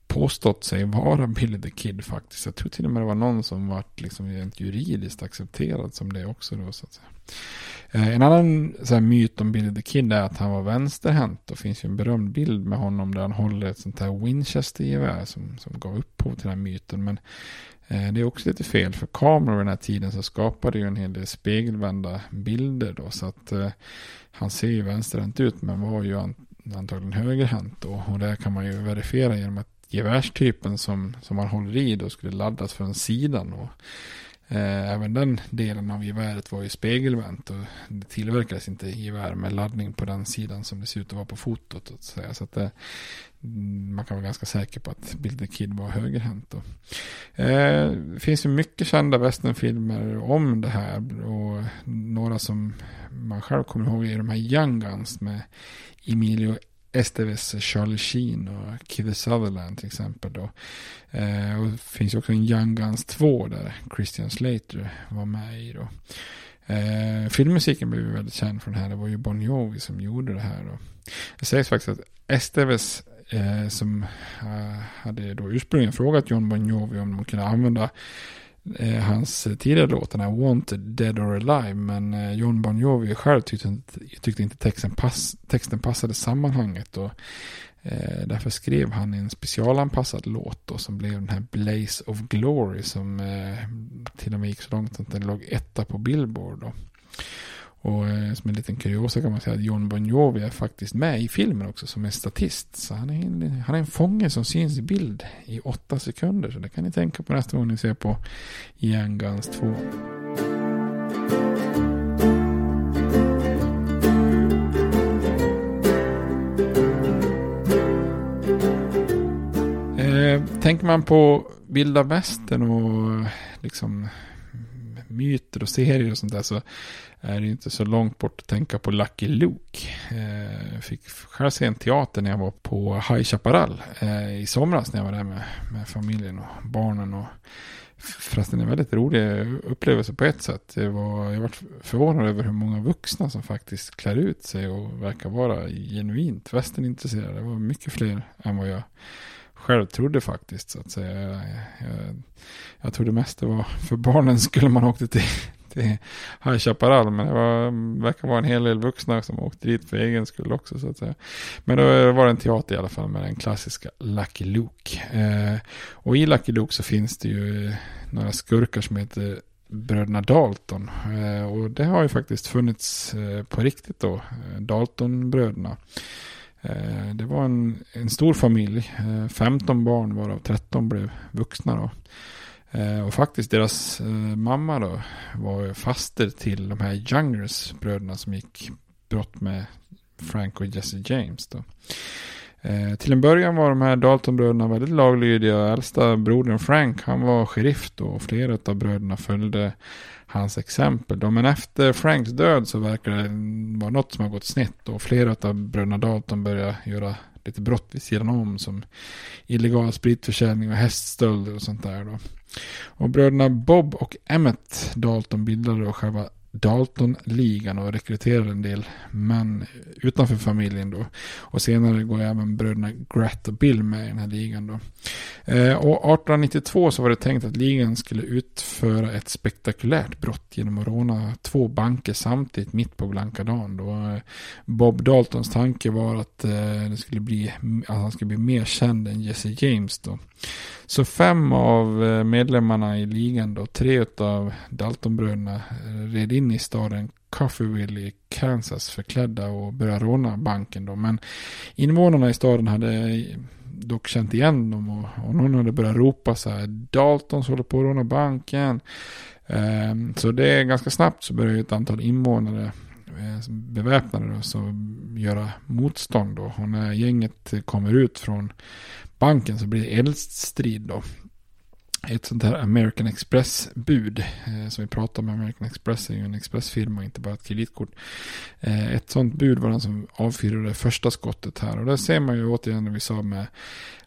påstått sig vara Billy the Kid faktiskt. Jag tror till och med det var någon som var liksom rent juridiskt accepterad som det också då, så att säga. En annan så här myt om Billy the Kid är att han var vänsterhänt. Det finns ju en berömd bild med honom där han håller ett sånt här Winchester-gevär som, som gav upphov till den här myten. Men eh, det är också lite fel, för kameror den här tiden så skapade ju en hel del spegelvända bilder då, så att eh, han ser ju vänsterhänt ut men var ju antagligen högerhänt då, och det kan man ju verifiera genom att gevärstypen som, som man håller i då skulle laddas från sidan, och Eh, även den delen av geväret var ju spegelvänt, och det tillverkades inte gevär med laddning på den sidan som det ser ut att vara på fotot, att säga. Så att det, man kan vara ganska säker på att Billy the Kid var högerhänt då. Eh, det finns ju mycket kända westernfilmer om det här, och några som man själv kommer ihåg är de här Young Guns med Emilio Estevez, Charlie Sheen och Kiefer Sutherland till exempel då. Eh, och det finns också en Young Guns två där Christian Slater var med i då. Eh, filmmusiken blev ju väldigt känd från det här. Det var ju Bon Jovi som gjorde det här då. Det sägs faktiskt att Estevez eh, som eh, hade då ursprungligen frågat John Bon Jovi om de kunde använda Eh, hans tidigare låtarna Wanted, Dead or Alive, men eh, John Bon Jovi själv tyckte inte, tyckte inte texten, pass, texten passade sammanhanget, och eh, därför skrev han en specialanpassad låt då, som blev den här Blaze of Glory, som eh, till och med gick så långt att den låg etta på Billboard då. Och eh, som en liten kuriosa kan man säga att John Bon Jovi är faktiskt med i filmen också som en statist. Så han är en, han är en fånge som syns i bild i åtta sekunder. Så det kan ni tänka på nästa gång ni ser på Young Guns två. Eh, tänker man på vilda västern och liksom myter och serier och sånt där, så är det inte så långt bort att tänka på Lucky Luke. Jag eh, fick själv se en teater när jag var på High Chaparral eh, i somras när jag var där med, med familjen och barnen. Och förresten en väldigt rolig upplevelse på ett sätt. Jag var, jag var förvånad över hur många vuxna som faktiskt klär ut sig och verkar vara genuint västernintresserade. Det var mycket fler än vad jag själv trodde faktiskt, så att säga. Jag, jag, jag trodde mest det var för barnen skulle man åkte till, till High Chaparral, men det var, verkar vara en hel del vuxna som åkte dit för egen skull också, så att säga. Men då var det en teater i alla fall med den klassiska Lucky Luke. Eh, och i Lucky Luke så finns det ju några skurkar som heter bröderna Dalton. Eh, och det har ju faktiskt funnits eh, på riktigt då, Dalton-bröderna. Det var en, en stor familj, femton barn varav tretton blev vuxna då. Och faktiskt deras mamma då var faster till de här Youngers bröderna som gick brott med Frank och Jesse James då. Till en början var de här Dalton-bröderna väldigt laglydiga. Äldsta brodern Frank, han var sheriff då, och flera av bröderna följde hans exempel då. Men efter Franks död så verkar det vara något som har gått snett, och flera av bröderna Dalton började göra lite brott vid sidan om, som illegal spritförsäljning och häststölder och sånt där då. Och bröderna Bob och Emmett Dalton bildade då själva Dalton-ligan och rekryterade en del män utanför familjen då. Och senare går även bröderna Grat och Bill med i den här ligan då. Eh, och arton nittiotvå så var det tänkt att ligan skulle utföra ett spektakulärt brott genom att råna två banker samtidigt mitt på blanka dagen då. Eh, Bob Daltons tanke var att, eh, det skulle bli, att han skulle bli mer känd än Jesse James då. Så fem av medlemmarna i ligan då, tre av Daltonbröderna red in i staden Coffeeville i Kansas förklädda och började råna banken då. Men invånarna i staden hade dock känt igen dem, och, och någon hade börjat ropa så här: Daltons håller på att råna banken. Um, så det är ganska snabbt så börjar ett antal invånare beväpnade då, så göra motstånd då. Och när gänget kommer ut från banken så blir det eldstrid då. Ett sånt här American Express-bud eh, som vi pratar om. American Express är ju en expressfirma, inte bara ett kreditkort. Eh, ett sånt bud var den som avfyrade det första skottet här. Och där ser man ju återigen när vi sa med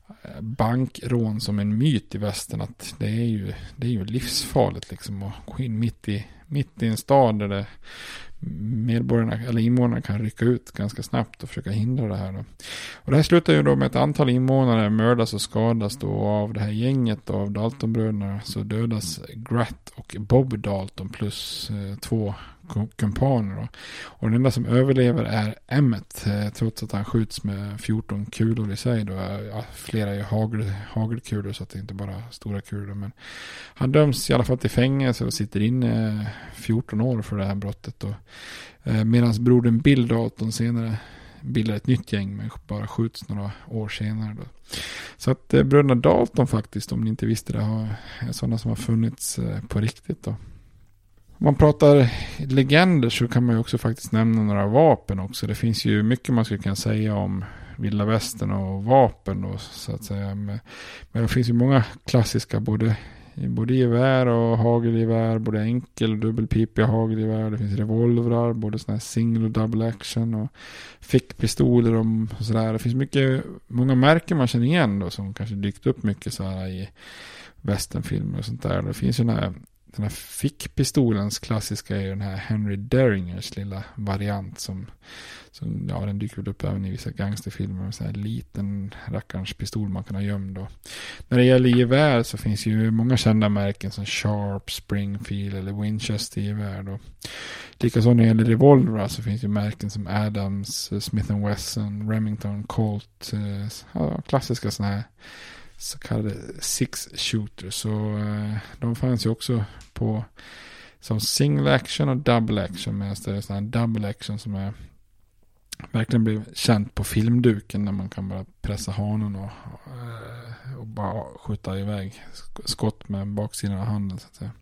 bankrån som en myt i västern, att det är ju, det är ju livsfarligt liksom att gå in mitt i, mitt i en stad där det medborgarna eller invånarna kan rycka ut ganska snabbt och försöka hindra det här då. Och det här slutar ju då med ett antal invånare mördas och skadas då av det här gänget då, av Daltonbröderna. Så dödas Grat och Bob Dalton plus eh, två kumpaner då. Och den enda som överlever är Emmett, eh, trots att han skjuts med fjorton kulor i sig då. Ja, flera är hagel, hagelkulor så att det inte bara är stora kulor, men han döms i alla fall till fängelse och sitter inne fjorton år för det här brottet då. Eh, Medan brodern Bill Dalton senare bildar ett nytt gäng men bara skjuts några år senare då. Så att eh, bröderna Dalton faktiskt, om ni inte visste det, har, är sådana som har funnits eh, på riktigt då. Om man pratar legender så kan man ju också faktiskt nämna några vapen också. Det finns ju mycket man skulle kunna säga om vilda västern och vapen då, så att säga. Men det finns ju många klassiska, både, både gevär och hagelgevär, både enkel och dubbelpipiga hagelgevär. Det finns revolvrar, både sådana här single och double action och fickpistoler och sådär. Det finns mycket, många märken man känner igen då, som kanske dykt upp mycket så här i westernfilmer och sånt där. Det finns ju den här Den här fickpistolens klassiska är den här Henry Derringers lilla variant som, som ja, den dyker upp även i vissa gangsterfilmer. En sån här liten rackarns pistol man kan ha gömd då. När det gäller gevär så finns ju många kända märken som Sharp, Springfield eller Winchester gevär då. Likaså när det gäller revolver så finns ju märken som Adams, Smith and Wesson, Remington, Colt, ja, klassiska såna här så kallade six shooters. Så eh, de fanns ju också på som single action och double action, medan det är sån här double action som är verkligen blev känt på filmduken, när man kan bara pressa hanen och, och bara skjuta iväg skott med baksidan av handen så att säga.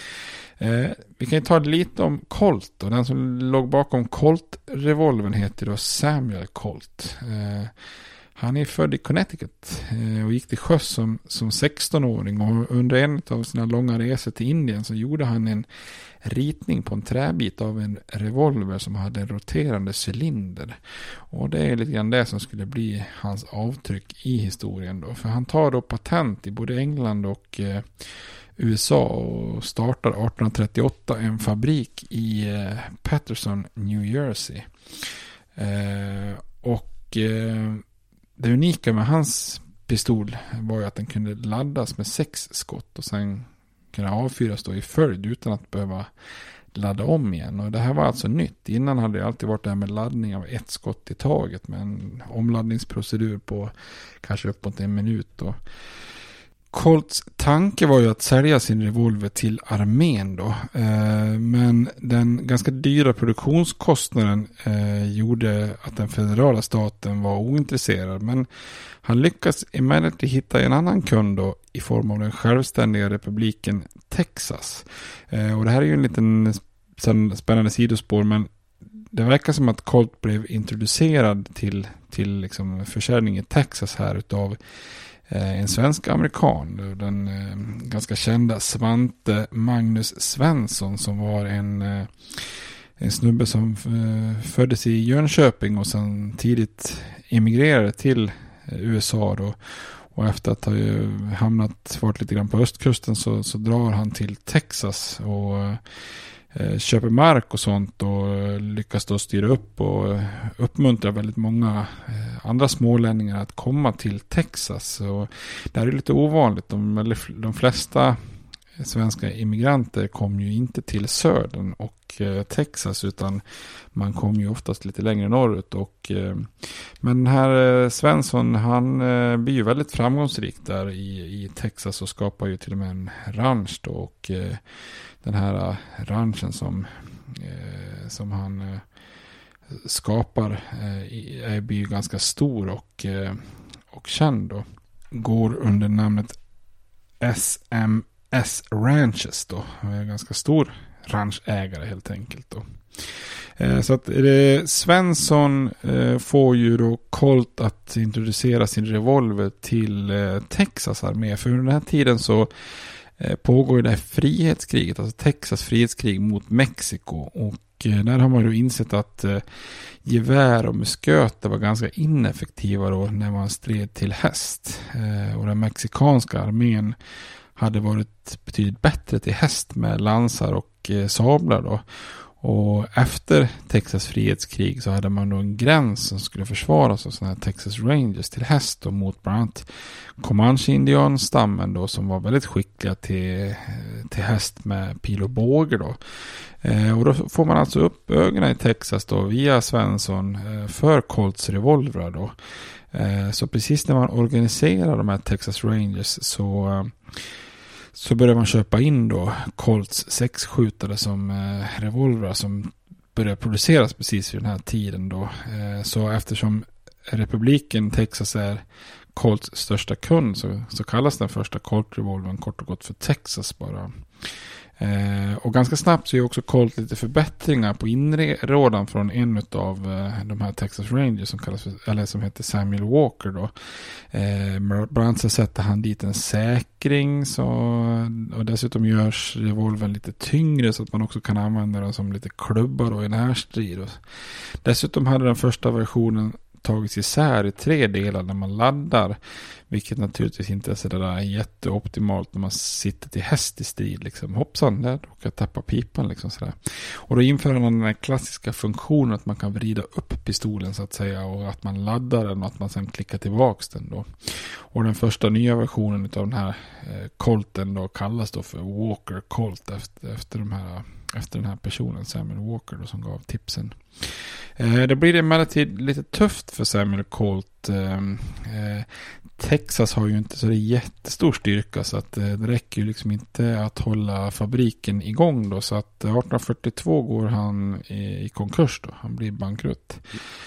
Eh, vi kan ju ta lite om Colt, och den som låg bakom Colt-revolven heter då Samuel Colt. Eh, Han är född i Connecticut och gick till sjöss som, som sexton-åring, och under en av sina långa resor till Indien så gjorde han en ritning på en träbit av en revolver som hade en roterande cylinder. Och det är lite grann det som skulle bli hans avtryck i historien då. För han tar då patent i både England och eh, U S A och startar arton trettioåtta en fabrik i eh, Patterson, New Jersey. Eh, och eh, Det unika med hans pistol var ju att den kunde laddas med sex skott och sen kunde avfyras då i följd utan att behöva ladda om igen. Och det här var alltså nytt. Innan hade det alltid varit det här med laddning av ett skott i taget med en omladdningsprocedur på kanske uppåt en minut då. Colts tanke var ju att sälja sin revolver till armén då. Eh, men den ganska dyra produktionskostnaden eh, gjorde att den federala staten var ointresserad. Men han lyckas emellertid hitta en annan kund då, i form av den självständiga republiken Texas. Eh, och det här är ju en liten spännande sidospår, men det verkar som att Colt blev introducerad till, till liksom försäljning i Texas här utav en svensk amerikan, den eh, ganska kända Svante Magnus Svensson, som var en, eh, en snubbe som eh, föddes i Jönköping och sen tidigt emigrerade till eh, U S A då. Och efter att ha hamnat varit lite grann på östkusten så, så drar han till Texas och eh, köper mark och sånt och lyckas då styra upp och uppmuntra väldigt många eh, andra smålänningar att komma till Texas. Och det här är lite ovanligt. De, eller de flesta svenska immigranter kom ju inte till södern och eh, Texas, utan man kom ju oftast lite längre norrut. Och, eh, men den här eh, Svensson, han eh, blir ju väldigt framgångsrik där i, i Texas och skapar ju till och med en ranch då. Och eh, den här uh, ranchen som, eh, som han eh, skapar eh, blir ju ganska stor och, eh, och känd då. Går under namnet S M S Ranches då. Han är en ganska stor ranchägare helt enkelt då. Eh, så att eh, Svensson eh, får ju då Colt att introducera sin revolver till eh, Texas armé. För under den här tiden så pågår ju det här frihetskriget, alltså Texas frihetskrig mot Mexiko. Och där har man ju insett att gevär och musköter var ganska ineffektiva då när man stred till häst. Och den mexikanska armén hade varit betydligt bättre till häst med lansar och sablar då. Och efter Texas frihetskrig så hade man då en gräns som skulle försvaras av sådana här Texas Rangers till häst och mot bland annat Comanche-indianstammen då som var väldigt skickliga till, till häst med pil och båge då. Eh, och då får man alltså upp ögonen i Texas då via Svensson eh, för Colts revolvrar då. Eh, så precis när man organiserar de här Texas Rangers så... Eh, Så börjar man köpa in då Colts sexskjutare som eh, revolvrar som börjar produceras precis vid den här tiden då. Eh, så eftersom republiken Texas är Colts största kund så, så kallas den första Colt-revolvern kort och gott för Texas bara. Eh, och ganska snabbt så är också Colt lite förbättringar på inrådan från en av eh, de här Texas Rangers som kallas för, eller som heter Samuel Walker då. Eh, bland annat så sätter han dit en säkring så, och dessutom görs revolvern lite tyngre så att man också kan använda den som lite klubbar då i en här strid. Och dessutom hade den första versionen tagits isär i tre delar när man laddar, vilket naturligtvis inte är så där jätteoptimalt när man sitter till häst i strid liksom. Hoppsan, där då kan jag tappa pipan liksom sådär. Och då inför man den här klassiska funktionen att man kan vrida upp pistolen så att säga och att man laddar den och att man sen klickar tillbaks den då. Och den första nya versionen av den här eh, Colten då kallas då för Walker Colt efter, efter, de här, efter den här personen Samuel Walker då, som gav tipsen. Eh, det blir emellertid lite tufft för Samuel Colt. Eh, eh, Texas har ju inte så jättestor styrka så att eh, det räcker ju liksom inte att hålla fabriken igång då, så att arton fyrtiotvå går han i, i konkurs då. Han blir bankrutt.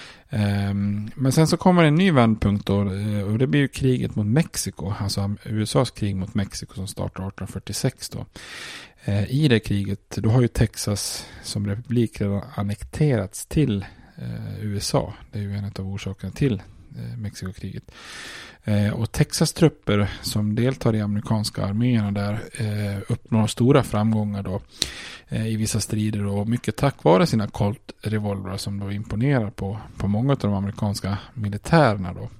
Um, men sen så kommer en ny vändpunkt då, och det blir ju kriget mot Mexiko, alltså U S A:s krig mot Mexiko som startar arton fyrtiosex då. Uh, I det kriget, då har ju Texas som republik redan annekterats till uh, U S A. Det är ju en av orsakerna till uh, Mexikokriget. Uh, och Texas trupper som deltar i amerikanska arméerna där uh, uppnår stora framgångar då i vissa strider och mycket tack vare sina Colt-revolvrar som då imponerar på, på många av de amerikanska militärerna då.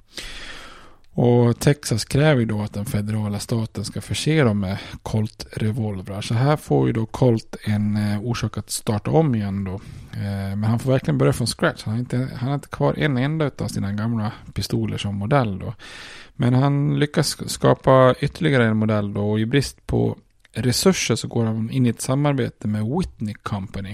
Och Texas kräver då att den federala staten ska förse dem med Colt-revolvrar. Så här får ju då Colt en eh, orsak att starta om igen då. Eh, men han får verkligen börja från scratch. Han har inte, han har inte kvar en enda av sina gamla pistoler som modell då. Men han lyckas skapa ytterligare en modell då, och i brist på resurser så går han in i ett samarbete med Whitney Company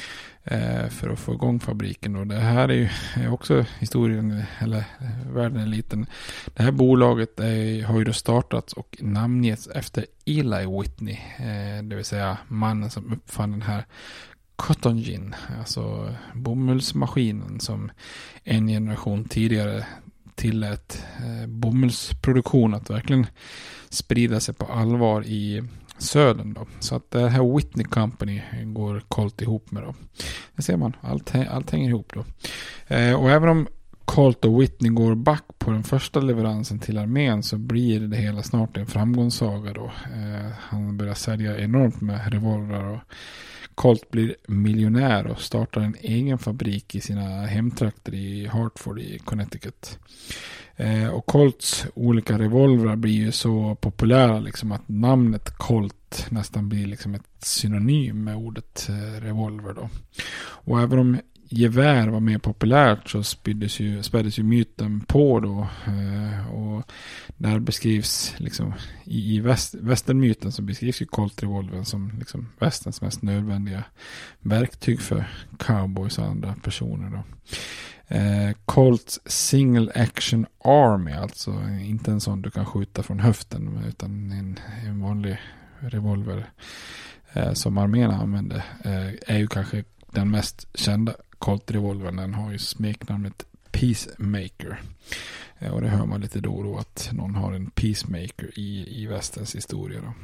eh, för att få igång fabriken. Och det här är ju också historien, eller världen är liten. Det här bolaget är, har ju då startats och namngetts efter Eli Whitney, eh, det vill säga mannen som uppfann den här cotton gin, alltså bomullsmaskinen som en generation tidigare tillät eh, bomullsproduktion att verkligen sprida sig på allvar i södern då. Så att det här Whitney Company går Colt ihop med då. Det ser man, allt, allt hänger ihop då. Eh, och även om Colt och Whitney går back på den första leveransen till armén så blir det hela snart en framgångssaga då. Eh, han börjar sälja enormt med revolvrar och Colt blir miljonär och startar en egen fabrik i sina hemtrakter i Hartford i Connecticut. Eh, och Colts olika revolvrar blir ju så populära liksom att namnet Colt nästan blir liksom ett synonym med ordet eh, revolver då. Och även om gevär var mer populärt så späddes ju, späddes ju myten på då, eh, och där beskrivs liksom i, i väst, västernmyten så beskrivs ju Colt-revolvern som liksom västerns mest nödvändiga verktyg för cowboys och andra personer då. Eh, Colts Single Action Army, alltså inte en sån du kan skjuta från höften utan en, en vanlig revolver eh, som armén använder, eh, är ju kanske den mest kända Colt-revolvern. Den har ju smeknamnet Peacemaker. Eh, och det hör man lite då och då att någon har en Peacemaker i, i västens historia då.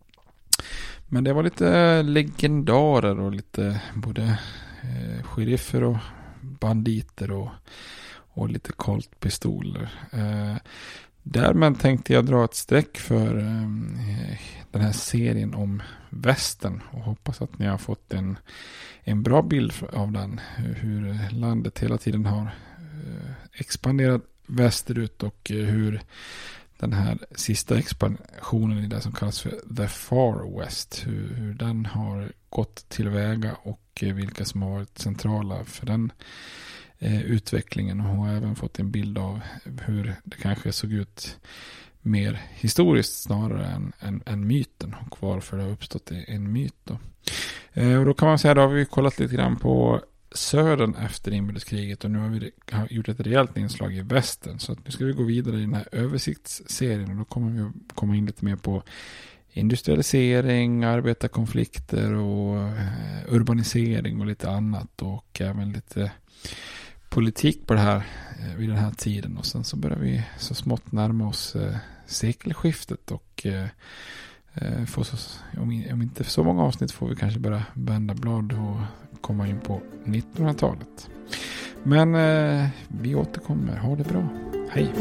Men det var lite legendarer och lite både eh, sheriffer och banditer och, och lite Colt-pistoler. Eh, Därmed tänkte jag dra ett streck för eh, den här serien om västern och hoppas att ni har fått en, en bra bild av den. Hur landet hela tiden har eh, expanderat västerut och eh, hur den här sista expansionen i det som kallas för The Far West, hur, hur den har gått tillväga och eh, vilka som har varit centrala för den eh, utvecklingen, och har även fått en bild av hur det kanske såg ut mer historiskt snarare än, än, än myten, och varför det har uppstått en myt då. Eh, och då kan man säga, då har vi kollat lite grann på södern efter inbördeskriget, och nu har vi gjort ett rejält inslag i västern, så att nu ska vi gå vidare i den här översiktsserien, och då kommer vi att komma in lite mer på industrialisering, arbetarkonflikter och eh, urbanisering och lite annat, och även lite politik på det här eh, vid den här tiden. Och sen så börjar vi så smått närma oss eh, sekelskiftet, och eh, eh, får så, om, om inte så många avsnitt får vi kanske börja vända blad och komma in på nittonhundratalet. Men eh, vi återkommer. Ha det bra. Hej!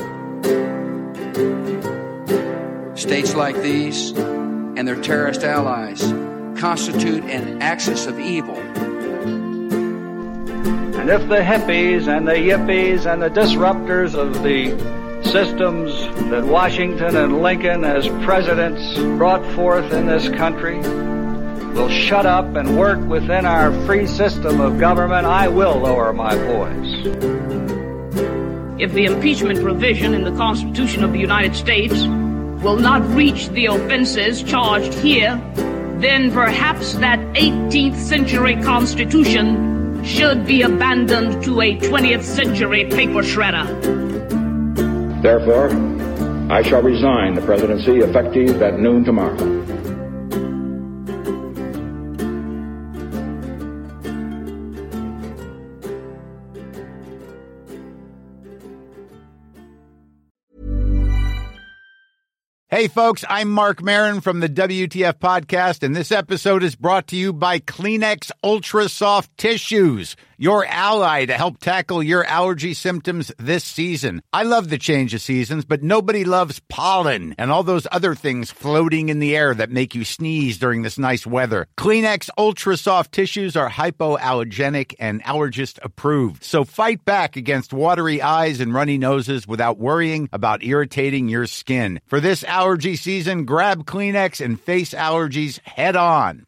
States like these and their terrorist allies constitute an axis of evil. And if the hippies and the yippies and the disruptors of the systems that Washington and Lincoln as presidents brought forth in this country will shut up and work within our free system of government, I will lower my voice. If the impeachment provision in the Constitution of the United States will not reach the offenses charged here, then perhaps that eighteenth century Constitution should be abandoned to a twentieth century paper shredder. Therefore, I shall resign the presidency effective at noon tomorrow. Hey, folks, I'm Mark Maron from the W T F Podcast, and this episode is brought to you by Kleenex Ultra Soft Tissues, your ally to help tackle your allergy symptoms this season. I love the change of seasons, but nobody loves pollen and all those other things floating in the air that make you sneeze during this nice weather. Kleenex Ultra Soft Tissues are hypoallergenic and allergist approved, so fight back against watery eyes and runny noses without worrying about irritating your skin. For this allergy season, grab Kleenex and face allergies head on.